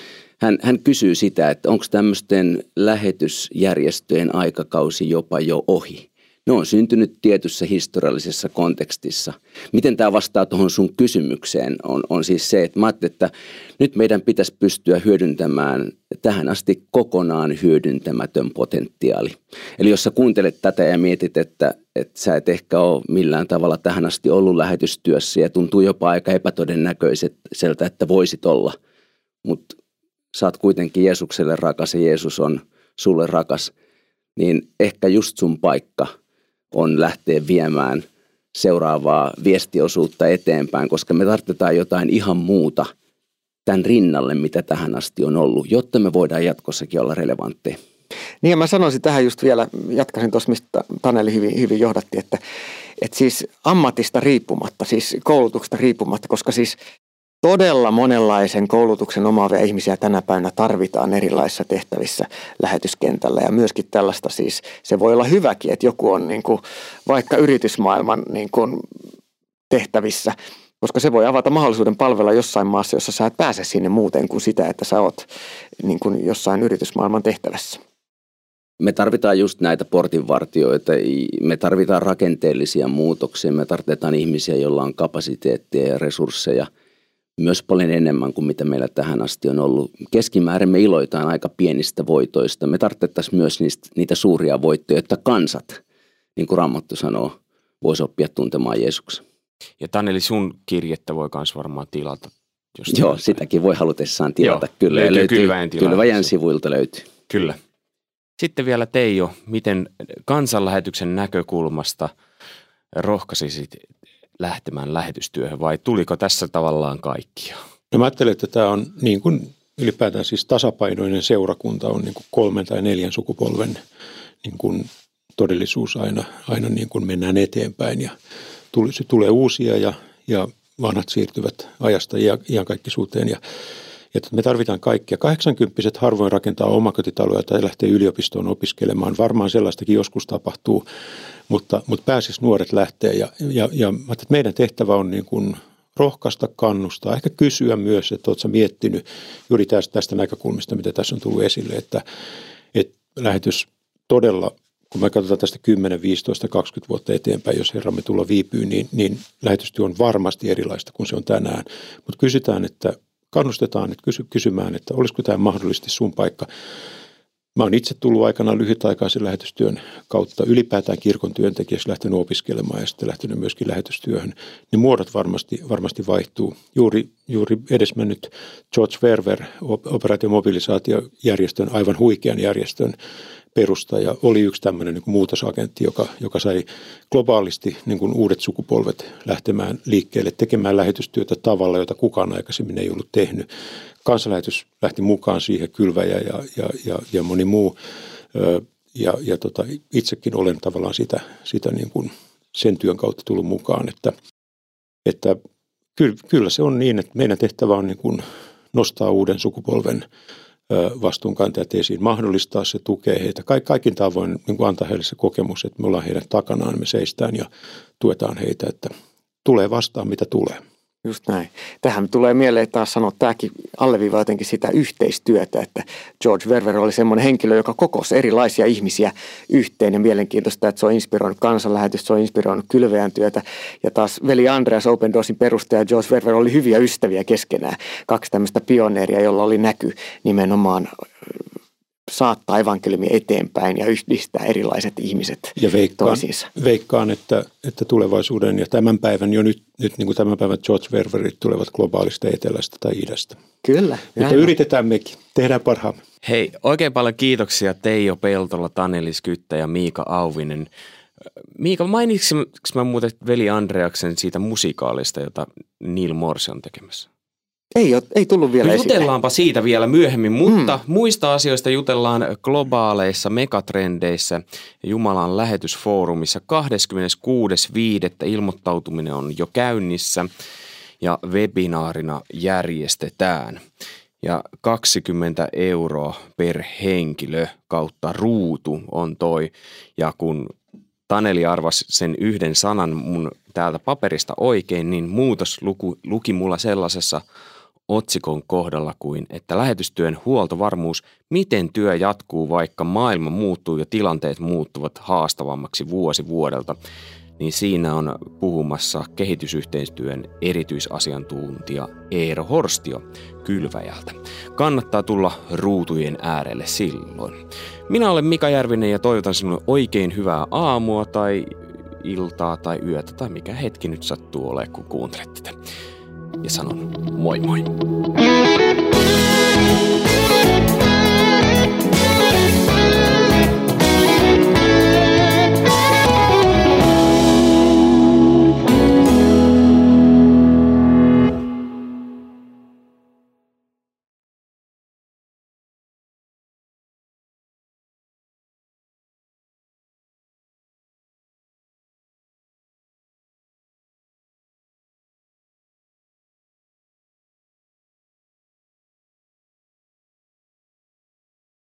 Hän kysyy sitä, että onko tämmöisten lähetysjärjestöjen aikakausi jopa jo ohi. Ne on syntynyt tietyssä historiallisessa kontekstissa. Miten tämä vastaa tuohon sun kysymykseen on siis se, että mä ajattelin, että nyt meidän pitäisi pystyä hyödyntämään tähän asti kokonaan hyödyntämätön potentiaali. Eli jos sä kuuntelet tätä ja mietit, että sä et ehkä ole millään tavalla tähän asti ollut lähetystyössä ja tuntuu jopa aika epätodennäköiseltä, että voisit olla, mutta sä oot kuitenkin Jeesukselle rakas ja Jeesus on sulle rakas, niin ehkä just sun paikka on lähteä viemään seuraavaa viestiosuutta eteenpäin, koska me tarvitaan jotain ihan muuta tämän rinnalle, mitä tähän asti on ollut, jotta me voidaan jatkossakin olla relevantteja. Niin ja mä sanoisin tähän just vielä, jatkaisin tuossa, mistä Taneli hyvin johdatti, että siis ammatista riippumatta, siis koulutuksesta riippumatta, koska siis todella monenlaisen koulutuksen omaavia ihmisiä tänä päivänä tarvitaan erilaisissa tehtävissä lähetyskentällä ja myöskin tällaista siis, se voi olla hyväkin, että joku on niin kuin vaikka yritysmaailman niin kuin tehtävissä, koska se voi avata mahdollisuuden palvella jossain maassa, jossa sä et pääse sinne muuten kuin sitä, että sä oot niin kuin jossain yritysmaailman tehtävässä. Me tarvitaan just näitä portinvartijoita, me tarvitaan rakenteellisia muutoksia, me tarvitaan ihmisiä, joilla on kapasiteettia ja resursseja, myös paljon enemmän kuin mitä meillä tähän asti on ollut. Keskimäärin me iloitaan aika pienistä voitoista. Me tarvittaisiin myös niitä suuria voittoja, että kansat, niin kuin Raamattu sanoo, voisi oppia tuntemaan Jeesuksen. Ja Taneli, sun kirjettä voi myös varmaan tilata. Joo, sitäkin voi halutessaan tilata. Joo, kyllä, löytyy Kylväjän sivuilta löytyy. Kyllä. Sitten vielä Teijo, miten kansanlähetyksen näkökulmasta rohkaisisit lähtemään lähetystyöhön vai tuliko tässä tavallaan kaikkia? No mä ajattelen, että tämä on niin kuin ylipäätään siis tasapainoinen seurakunta on niin kuin 3 tai 4 sukupolven niin kuin todellisuus aina niin kuin mennään eteenpäin ja se tulee uusia ja vanhat siirtyvät ajasta iankaikkisuuteen ja me tarvitaan kaikkia. 80-vuotiaat harvoin rakentaa omakotitaloja tai lähtee yliopistoon opiskelemaan. Varmaan sellaistakin joskus tapahtuu, mutta pääsis nuoret lähtee. Ja meidän tehtävä on niin kuin rohkaista, kannustaa, ehkä kysyä myös, että oletko miettinyt juuri tästä näkökulmasta, mitä tässä on tullut esille, että lähetys todella, kun me katsotaan tästä 10, 15, 20 vuotta eteenpäin, jos Herramme tulla viipyy, niin lähetystyö on varmasti erilaista kuin se on tänään. Mutta kysytään, että kannustetaan että kysymään, että olisiko tämä mahdollisesti sun paikka. Mä oon itse tullut aikanaan lyhytaikaisen lähetystyön kautta ylipäätään kirkon työntekijäksi lähtenyt opiskelemaan ja sitten lähtenyt myöskin lähetystyöhön. Niin muodot varmasti vaihtuu. Juuri edesmennyt George Verwer, operaatiomobilisaatiojärjestön, aivan huikean järjestön perustaja, oli yksi tämmöinen niin kuin muutosagentti, joka sai globaalisti niin kuin uudet sukupolvet lähtemään liikkeelle, tekemään lähetystyötä tavalla, jota kukaan aikaisemmin ei ollut tehnyt. Kansanlähetys lähti mukaan siihen, Kylväjä ja moni muu. Itsekin olen tavallaan sitä niin kuin sen työn kautta tullut mukaan, että kyllä se on niin, että meidän tehtävä on niin kuin nostaa uuden sukupolven vastuunkantajat esiin, mahdollistaa se, tukea heitä. Kaikin tavoin niin kuin antaa heille se kokemus, että me ollaan heidän takanaan, me seistään ja tuetaan heitä, että tulee vastaan mitä tulee. Just näin. Tähän tulee mieleen taas sanoa, tämäkin alleviivaa jotenkin sitä yhteistyötä, että George Verver oli semmoinen henkilö, joka kokosi erilaisia ihmisiä yhteen ja mielenkiintoista, että se on inspiroinut kansanlähetystä, se on inspiroinut kylväjän työtä ja taas veli Andreas Open Doorsin perustaja George Verver oli hyviä ystäviä keskenään. 2 tämmöistä pioneeria, jolla oli näky nimenomaan saattaa evankeliumia eteenpäin ja yhdistää erilaiset ihmiset toisiinsa. Veikkaan, että tulevaisuuden ja tämän päivän jo nyt niin kuin tämän päivän George Ververit tulevat globaalista etelästä tai idästä. Kyllä. Mutta yritetään mekin. Tehdään parhaamme. Hei, oikein paljon kiitoksia Teijo Peltola, Taneli Skyttä ja Miika Auvinen. Miika, mainitsinko mä muuten veli Andreaksen siitä musikaalista, jota Neil Morse on tekemässä? Ei tullut vielä esille. Jutellaanpa siitä vielä myöhemmin, mutta muista asioista jutellaan globaaleissa megatrendeissä Jumalan lähetysfoorumissa 26.5. Ilmoittautuminen on jo käynnissä ja webinaarina järjestetään. Ja 20 € per henkilö kautta ruutu on toi. Ja kun Taneli arvasi sen yhden sanan mun täältä paperista oikein, niin muutos luki mulla sellaisessa otsikon kohdalla kuin, että lähetystyön huoltovarmuus, miten työ jatkuu, vaikka maailma muuttuu ja tilanteet muuttuvat haastavammaksi vuosi vuodelta, niin siinä on puhumassa kehitysyhteistyön erityisasiantuntija Eero Horstio Kylväjältä. Kannattaa tulla ruutujen äärelle silloin. Minä olen Mika Järvinen ja toivotan sinulle oikein hyvää aamua tai iltaa tai yötä tai mikä hetki nyt sattuu olemaan, kun kuuntelet tätä. Ja sanon moi moi.